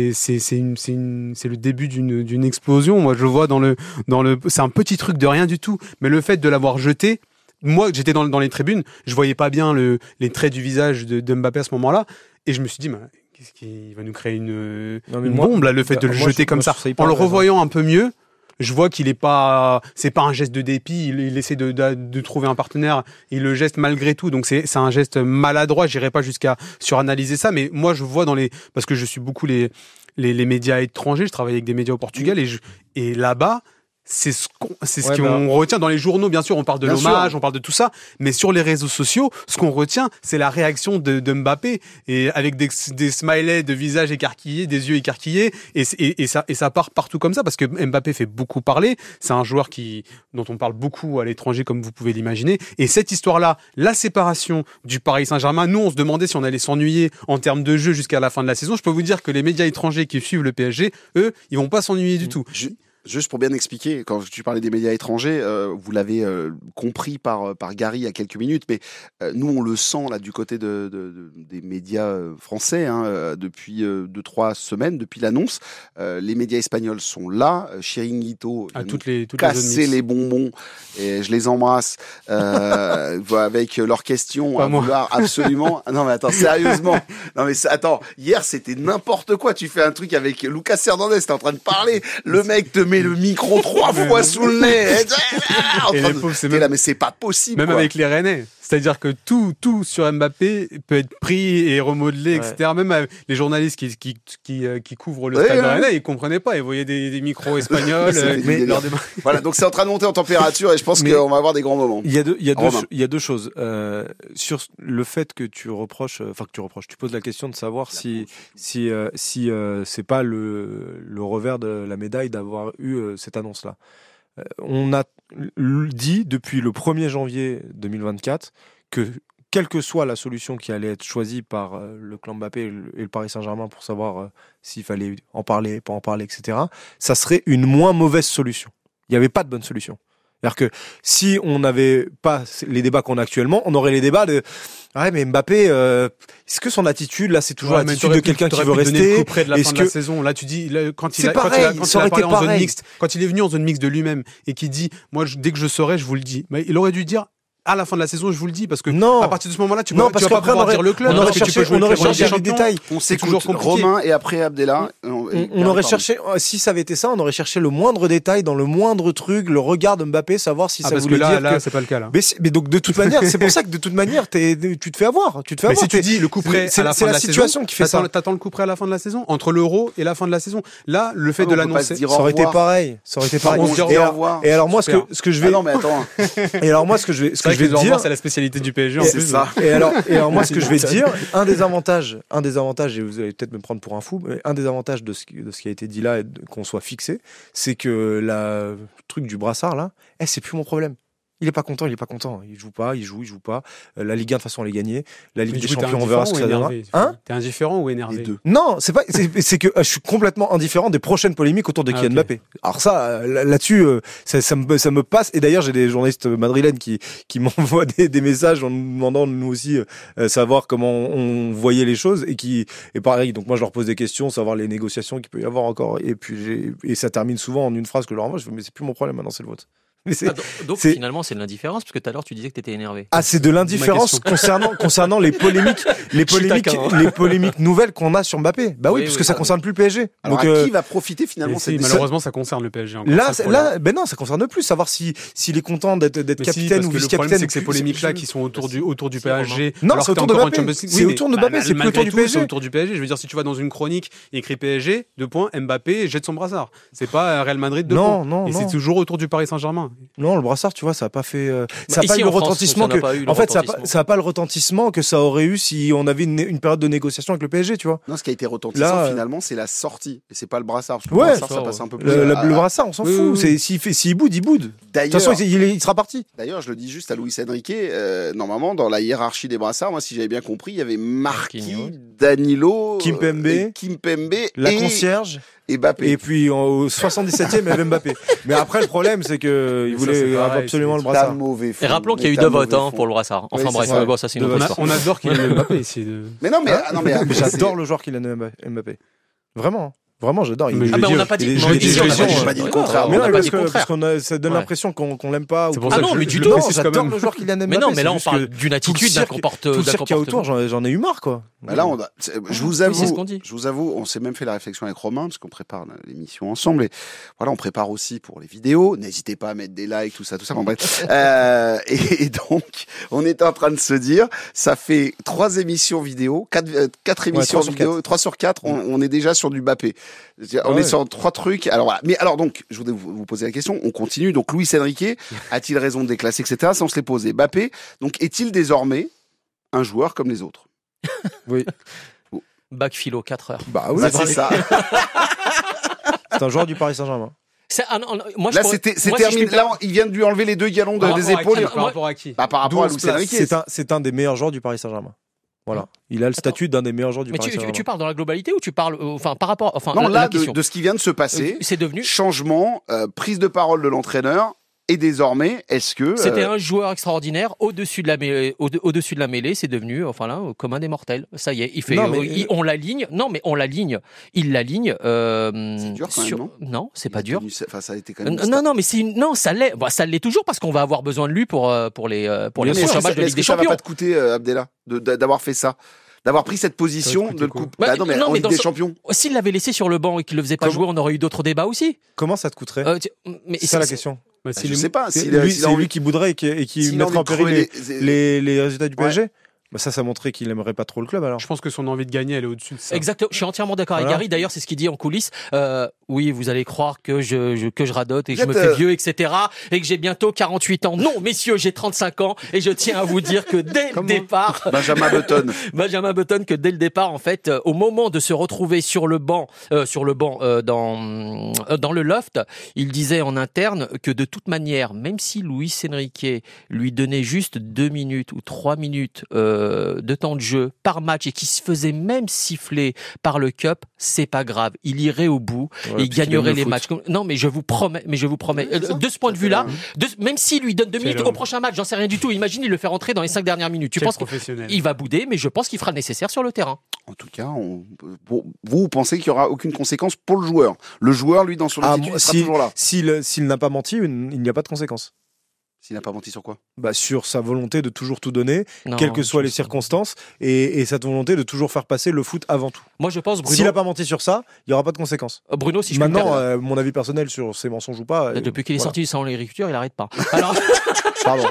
le début d'une explosion. Moi, je le vois c'est un petit truc de rien du tout. Mais le fait de l'avoir jeté, moi, j'étais dans les tribunes, je voyais pas bien les traits du visage de Mbappé à ce moment-là, et je me suis dit, qu'est-ce qu'il va nous créer une bombe là, le fait de le jeter comme ça. En le revoyant un peu mieux, je vois qu'il c'est pas un geste de dépit, il essaie de trouver un partenaire, il le geste malgré tout, donc c'est un geste maladroit, j'irai pas jusqu'à suranalyser ça, mais moi je vois parce que je suis beaucoup les médias étrangers, je travaille avec des médias au Portugal, et là-bas, c'est ce qu'on retient dans les journaux, bien sûr, on parle de l'hommage, on parle de tout ça, mais sur les réseaux sociaux, ce qu'on retient, c'est la réaction de Mbappé, et avec des smileys de visage écarquillés, des yeux écarquillés, et ça part partout comme ça, parce que Mbappé fait beaucoup parler, c'est un joueur dont on parle beaucoup à l'étranger, comme vous pouvez l'imaginer, et cette histoire-là, la séparation du Paris Saint-Germain, nous on se demandait si on allait s'ennuyer en termes de jeu jusqu'à la fin de la saison. Je peux vous dire que les médias étrangers qui suivent le PSG, eux, ils vont pas s'ennuyer du tout. Juste pour bien expliquer, quand tu parlais des médias étrangers, vous l'avez compris par Gary il y a quelques minutes, mais nous on le sent là du côté des médias français depuis 2-3 semaines, depuis l'annonce. Les médias espagnols sont là, Chiringuito toutes les casser les bonbons, et je les embrasse avec leurs questions à vouloir absolument. Non mais attends, sérieusement. Non mais attends, hier c'était n'importe quoi. Tu fais un truc avec Lucas Hernandez, t'es en train de parler, le mec te met le micro 3 fois sous le nez. Là, mais c'est pas possible. Même quoi. Avec les Rennais. C'est-à-dire que tout sur Mbappé peut être pris et remodelé, etc. Même les journalistes qui couvrent le stade de Rennes, ils comprenaient pas. Ils voyaient des micros espagnols. Voilà, donc c'est en train de monter en température et je pense qu'on va avoir des grands moments. Il y a deux choses. Sur le fait que tu poses la question de savoir si c'est pas le revers de la médaille d'avoir eu cette annonce-là. On a dit depuis le 1er janvier 2024 que quelle que soit la solution qui allait être choisie par le clan Mbappé et le Paris Saint-Germain pour savoir s'il fallait en parler, pas en parler, etc., ça serait une moins mauvaise solution. Il n'y avait pas de bonne solution. C'est-à-dire que si on n'avait pas les débats qu'on a actuellement, on aurait les débats de mais Mbappé, est-ce que son attitude là, c'est toujours l'attitude de quelqu'un qui veut rester? Le coup de la fin de la saison, là tu dis quand il a parlé en zone mixte, quand il est venu en zone mixte de lui-même et qui dit moi dès que je saurai, je vous le dis. Mais il aurait dû dire à la fin de la saison, je vous le dis, parce que à partir de ce moment-là, tu vas pas pouvoir dire le club. On aurait cherché les détails. On sait toujours Romain et après Abdallah. On aurait cherché, si ça avait été ça, on aurait cherché le moindre détail dans le moindre truc, le regard de Mbappé, savoir si ça voulait dire que c'est pas le cas là. Mais donc de toute manière, c'est pour ça que de toute manière, tu te fais avoir. Mais si tu dis le coup près à la fin de la situation qui fait ça. T'attends le coup près à la fin de la saison, entre l'Euro et la fin de la saison. Là, le fait de l'annoncer, ça aurait été pareil. Et alors moi, ce que je vais. Non mais attends. Et alors moi, ce que je vais dire, c'est la spécialité du PSG en plus. Ça. Et alors moi, ce que je vais te dire, un des avantages, et vous allez peut-être me prendre pour un fou, mais un des avantages de ce qui a été dit là, et qu'on soit fixé, c'est que le truc du brassard là, c'est plus mon problème. Il est pas content. Il joue pas. La Ligue 1 de toute façon elle est gagnée. La Ligue des Champions, on verra ce que ça donnera. T'es indifférent ou énervé? Les deux. Non, c'est que je suis complètement indifférent des prochaines polémiques autour de Kylian Mbappé. Alors ça, là-dessus, ça me passe. Et d'ailleurs, j'ai des journalistes madrilènes qui m'envoient des messages en nous demandant nous aussi savoir comment on voyait les choses et pareil. Donc moi, je leur pose des questions, savoir les négociations qu'il peut y avoir encore. Et puis ça termine souvent en une phrase que je leur envoie. Je fais, mais c'est plus mon problème maintenant, c'est le vôtre. Donc finalement, c'est de l'indifférence, parce que tout à l'heure, tu disais que tu étais énervé. Ah, c'est de l'indifférence concernant les polémiques nouvelles qu'on a sur Mbappé. Bah oui, parce que ça concerne plus le PSG. Alors Donc, à qui va profiter finalement cette décision ? Malheureusement, ça concerne le PSG. Ben non, ça concerne plus. Savoir s'il est content d'être capitaine ou vice-capitaine. Le problème, c'est que ces polémiques-là qui sont autour du PSG. Non, c'est autour de Mbappé. C'est autour de Mbappé, c'est plus autour du PSG. C'est autour du PSG. Je veux dire, si tu vas dans une chronique, écrit PSG, 2 points, Mbappé jette son brassard. C'est pas Real Madrid, 2 points. Non. Et c'est toujours autour du Paris Saint-Germain. Non, le brassard, tu vois, ça a pas fait. Ça a pas eu le retentissement que. En fait, ça a pas le retentissement que ça aurait eu si on avait une période de négociation avec le PSG, tu vois. Non, ce qui a été retentissant finalement, c'est la sortie. Et c'est pas le brassard. Parce que le brassard, ça passe un peu plus. Le brassard, on s'en fout. S'il boude, il boude. De toute façon, il sera parti. D'ailleurs, je le dis juste à Luis Enrique, normalement, dans la hiérarchie des brassards, moi, si j'avais bien compris, il y avait Marquinhos, Danilo, Kimpembe, la concierge. Et Mbappé. Et puis au 77e, il y avait Mbappé. Mais après, le problème, c'est qu'il voulait absolument le brassard. Et rappelons qu'il y a eu 2 votes pour le brassard. Enfin bref, bon, ça c'est une autre histoire. On adore Kylian Mbappé ici. Mais non, mais j'adore le joueur Kylian Mbappé. Vraiment. Vraiment, j'adore. Mais on n'a pas dit le contraire. Mais non, parce que ça donne l'impression qu'on l'aime pas. Ah non, mais du tout. J'adore le joueur Kylian Mbappé. Mais non, mais là, on parle d'une attitude, d'un comportement. Tout le cirque qu'il y a autour, j'en ai eu marre, quoi. Là, je vous avoue, on s'est même fait la réflexion avec Romain, parce qu'on prépare l'émission ensemble. Et voilà, on prépare aussi pour les vidéos. N'hésitez pas à mettre des likes, tout ça. Bon, bref. Et donc, on est en train de se dire, ça fait 3 émissions vidéo, 4 émissions vidéo, 3 sur 4, on est déjà sur du Mbappé. On est sur 3 trucs. Alors voilà. Mais alors donc, je voudrais vous poser la question. On continue. Donc Luis Enrique a-t-il raison de déclasser, etc. Ça, on se l'est posé. Mbappé, donc est-il désormais un joueur comme les autres ? Oui. Bac philo 4 heures. Bah oui, c'est ça. C'est un joueur du Paris Saint-Germain. Là, c'était terminé. Là, il vient de lui enlever les 2 galons des épaules. Par rapport à qui ? Par rapport à Luis Enrique. C'est un des meilleurs joueurs du Paris Saint-Germain. Voilà, il a le statut d'un des meilleurs joueurs du Paris Saint-Germain. Mais tu parles dans la globalité ou tu parles, par rapport, non, là, de ce qui vient de se passer. C'est devenu changement, prise de parole de l'entraîneur. Et désormais, est-ce que c'était un joueur extraordinaire au-dessus de la mêlée, au-dessus de la mêlée, c'est devenu comme un des mortels. Ça y est, on l'aligne. Non, mais on l'aligne. Il l'aligne. C'est dur quand même, non ? Non, c'est pas dur. Ça a été quand même. Non, mais ça l'est. Ça l'est toujours parce qu'on va avoir besoin de lui pour les prochains matchs de Ligue des Champions. Ça va pas te coûter, Abdella, d'avoir fait ça. D'avoir pris cette position de le couper. Non, mais en Ligue des Champions. S'il l'avait laissé sur le banc et qu'il le faisait pas jouer, on aurait eu d'autres débats aussi. Comment ça te coûterait ? C'est ça la question. Je sais pas. C'est lui qui boudrait et qui mettrait en péril les résultats du PSG. Ça montrait qu'il aimerait pas trop le club alors. Je pense que son envie de gagner, elle est au-dessus de ça. Exactement. Je suis entièrement d'accord avec Gary. D'ailleurs, c'est ce qu'il dit en coulisses. Oui, vous allez croire que je radote et que je me fais vieux, etc. Et que j'ai bientôt 48 ans. Non, messieurs, j'ai 35 ans et je tiens à vous dire que dès le départ, Benjamin Button, que dès le départ, en fait, au moment de se retrouver sur le banc, dans le loft, il disait en interne que de toute manière, même si Luis Enrique lui donnait juste 2 minutes ou 3 minutes de temps de jeu par match et qui se faisait même siffler par le CUP, c'est pas grave. Il irait au bout et il gagnerait les matchs. Non, mais je vous promets. De ce point de vue-là, même s'il lui donne 2 minutes au prochain match, j'en sais rien du tout. Imagine, il le fait rentrer dans les 5 dernières minutes. Tu penses qu'il va bouder, mais je pense qu'il fera le nécessaire sur le terrain. En tout cas, vous pensez qu'il y aura aucune conséquence pour le joueur. Le joueur, lui, dans son attitude, il sera toujours là. S'il n'a pas menti, il n'y a pas de conséquence. S'il n'a pas menti sur quoi ? Sur sa volonté de toujours tout donner, quelles que soient les circonstances, et cette volonté de toujours faire passer le foot avant tout. Moi, je pense, Bruno... S'il n'a pas menti sur ça, il n'y aura pas de conséquences. Bruno, si je Maintenant, mon avis personnel sur ses mensonges ou pas... Depuis qu'il est sorti du salon de l'agriculture, il n'arrête pas. Alors... Pardon.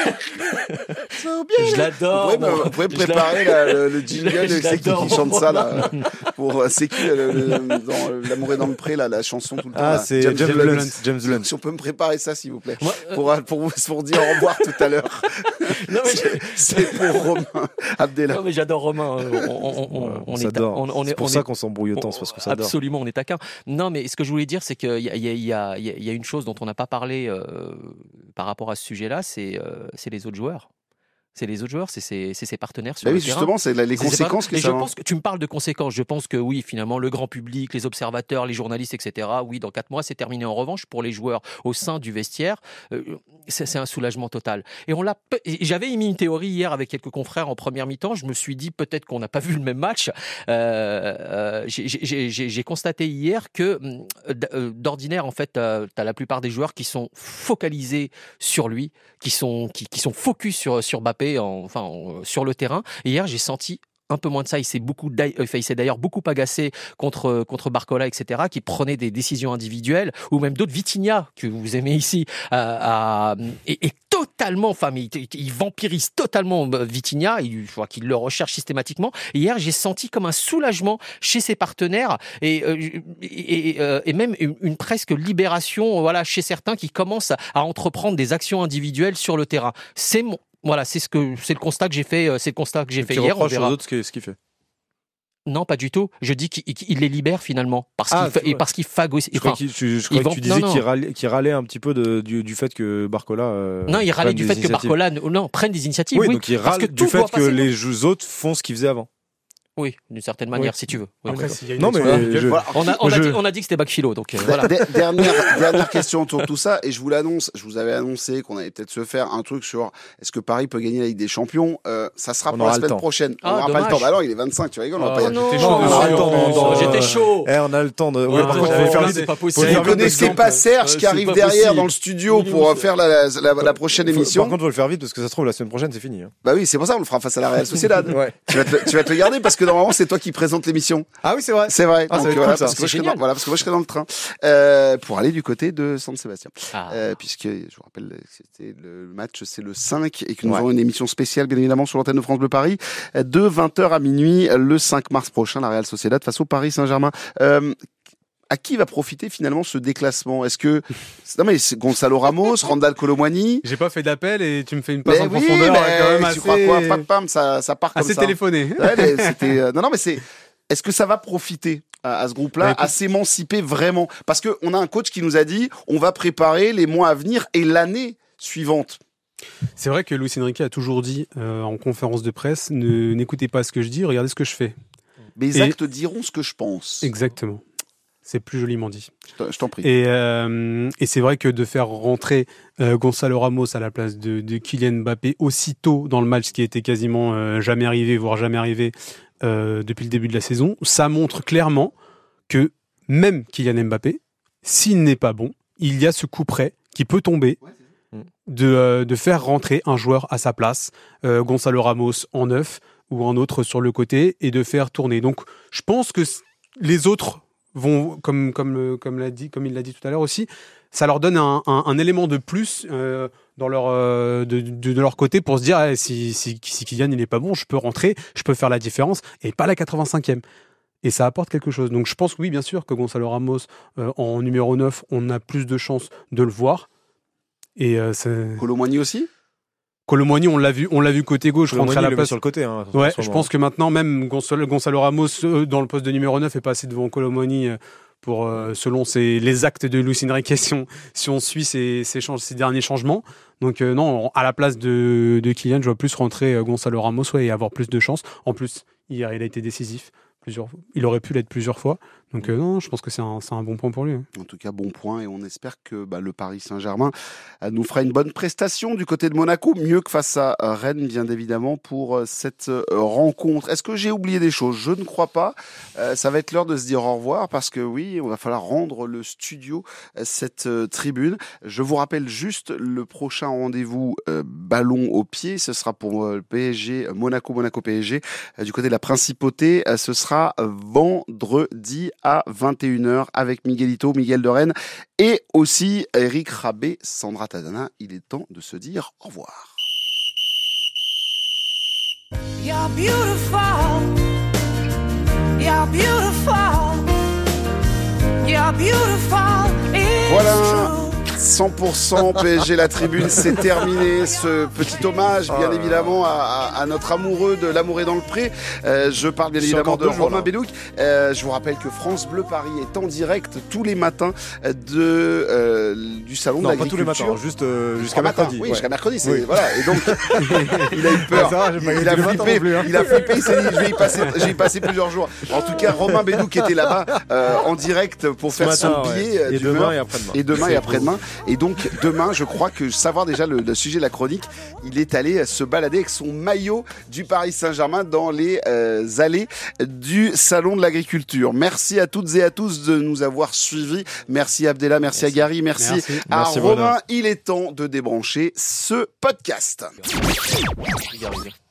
Je l'adore. Vous pouvez préparer le jingle, c'est qui chante ça là pour c'est qui dans L'amour est dans le pré là, la chanson tout le temps. Ah, c'est James Blunt. Si on peut me préparer ça s'il vous plaît. Pour dire au revoir tout à l'heure. Non, mais c'est pour Romain Abdella. Non mais j'adore Romain. On s'adore. C'est pour ça qu'on s'embrouille autant, c'est parce qu'on s'adore. Absolument, on est taquin. Non mais ce que je voulais dire, c'est qu'il y a une chose dont on n'a pas parlé par rapport à ce sujet-là, c'est les autres joueurs. C'est les autres joueurs, c'est ses partenaires sur oui, le terrain. Justement, c'est les conséquences que et ça je a. pense que tu me parles de conséquences. Je pense que oui, finalement, le grand public, les observateurs, les journalistes, etc. Oui, dans 4 mois, c'est terminé. En revanche, pour les joueurs au sein du vestiaire, c'est un soulagement total. Et j'avais émis une théorie hier avec quelques confrères en première mi-temps. Je me suis dit peut-être qu'on n'a pas vu le même match. J'ai constaté hier que d'ordinaire, en fait, t'as la plupart des joueurs qui sont focalisés sur lui, qui sont focus sur Mbappé, sur le terrain. Et hier, j'ai senti un peu moins de ça. Il s'est d'ailleurs beaucoup agacé contre Barcola, etc., qui prenait des décisions individuelles, ou même d'autres. Vitinha, que vous aimez ici, est totalement, il vampirise totalement Vitinha. Je vois qu'il le recherche systématiquement. Et hier, j'ai senti comme un soulagement chez ses partenaires et même une presque libération, voilà, chez certains qui commencent à entreprendre des actions individuelles sur le terrain. C'est le constat que j'ai fait. C'est le constat que j'ai fait hier. Tu reproches aux autres ce qu'il fait. Non, pas du tout. Je dis qu'il les libère finalement parce qu'il phagocyte. Je crois que tu disais qu'il râlait un petit peu du fait que Barcola. Non, il râlait du fait que Barcola prenne des initiatives. Oui, donc il râle du fait que les autres font ce qu'ils faisaient avant. Oui, d'une certaine manière, si tu veux. Oui, après, s'il y a une on a dit que c'était bac philo, donc voilà. Dernière question autour de tout ça, et je vous avais annoncé qu'on allait peut-être se faire un truc sur est-ce que Paris peut gagner la Ligue des Champions. Ça sera pour la semaine prochaine. On n'aura pas le temps. Bah alors, il est 25, tu rigoles, on va pas y aller. J'étais chaud. On a le temps de. Par contre, faut faire c'est pas possible. Vous connaissez pas Serge qui arrive derrière dans le studio pour faire la prochaine émission. Par contre, faut le faire vite parce que ça se trouve la semaine prochaine c'est fini. Bah oui, c'est pour ça on le fera face à la Real Sociedad. Tu vas te le garder parce que normalement c'est toi qui présente l'émission. Ah oui, c'est vrai. C'est vrai. Ah, donc, cool, voilà, ça. parce que moi je serai dans le train pour aller du côté de San Sébastien. Puisque je vous rappelle que c'était le match, c'est le 5 et que nous aurons une émission spéciale bien évidemment sur l'antenne de France Bleu Paris de 20h à minuit le 5 mars prochain, la Real Sociedad face au Paris Saint-Germain. À qui va profiter finalement ce déclassement? Est-ce que c'est Gonzalo Ramos, Randal Kolo Muani? J'ai pas fait d'appel et tu me fais une passe en profondeur quand même assez. Tu crois quoi? Pam, ça part comme ça. Assez téléphoné. Ouais, c'était non mais c'est. Est-ce que ça va profiter à ce groupe-là, à s'émanciper vraiment? Parce que on a un coach qui nous a dit on va préparer les mois à venir et l'année suivante. C'est vrai que Luis Enrique a toujours dit en conférence de presse n'écoutez pas ce que je dis, regardez ce que je fais. Mes actes diront ce que je pense. Exactement. C'est plus joliment dit. Je t'en prie. Et c'est vrai que de faire rentrer Gonzalo Ramos à la place de Kylian Mbappé aussitôt dans le match, ce qui était quasiment jamais arrivé, voire jamais arrivé depuis le début de la saison, ça montre clairement que même Kylian Mbappé, s'il n'est pas bon, il y a ce coup près qui peut tomber de faire rentrer un joueur à sa place, Gonzalo Ramos en neuf ou un autre sur le côté, et de faire tourner. Donc je pense que les autres vont, comme il l'a dit tout à l'heure aussi, ça leur donne un élément de plus dans de leur côté pour se dire si Kylian il est pas bon, je peux rentrer, je peux faire la différence, et pas la 85e. Et ça apporte quelque chose. Donc je pense que oui, bien sûr, que Gonzalo Ramos en numéro 9, on a plus de chances de le voir. Et Kolo Muani aussi? Kolo Muani, on l'a vu côté gauche, rentrer à la place sur le côté. Hein, ouais, je pense que maintenant même Gonzalo Ramos dans le poste de numéro 9 est passé devant Kolo Muani pour selon les actes de Luis Enrique si on suit ces derniers changements. Donc non, à la place de Kylian, je vois plus rentrer Gonzalo Ramos et avoir plus de chance. En plus, hier il a été décisif. Il aurait pu l'être plusieurs fois. Donc non, je pense que c'est un bon point pour lui. En tout cas, bon point. Et on espère que le Paris Saint-Germain nous fera une bonne prestation du côté de Monaco. Mieux que face à Rennes, bien évidemment, pour cette rencontre. Est-ce que j'ai oublié des choses? Je ne crois pas. Ça va être l'heure de se dire au revoir parce que oui, on va falloir rendre le studio, cette tribune. Je vous rappelle juste le prochain rendez-vous ballon au pied. Ce sera pour PSG, Monaco PSG. Du côté de la Principauté, ce sera vendredi à 21h avec Miguel de Rennes et aussi Eric Rabé, Sandra Tadana. Il est temps de se dire au revoir. You're beautiful. You're beautiful. You're beautiful. Voilà. 100% PSG la tribune, c'est terminé. Ce petit hommage, bien évidemment, à notre amoureux de L'amour est dans le pré. Je parle bien évidemment de Romain Bellouk. Je vous rappelle que France Bleu Paris est en direct tous les matins du salon de l'agriculture. Pas tous les matins, juste jusqu'à mercredi. Oui, jusqu'à mercredi. Voilà. Et donc, il a eu peur. Il a flippé. Il s'est dit, je vais y passer plusieurs jours. En tout cas, Romain Bellouk qui était là-bas en direct pour faire son billet et d'humeur. demain et après-demain. Et demain et après-demain. Et donc, demain, je crois que savoir déjà le sujet de la chronique, il est allé se balader avec son maillot du Paris Saint-Germain dans les allées du salon de l'agriculture. Merci à toutes et à tous de nous avoir suivis. Merci Abdella, merci à Gary, merci à Romain. Il est temps de débrancher ce podcast.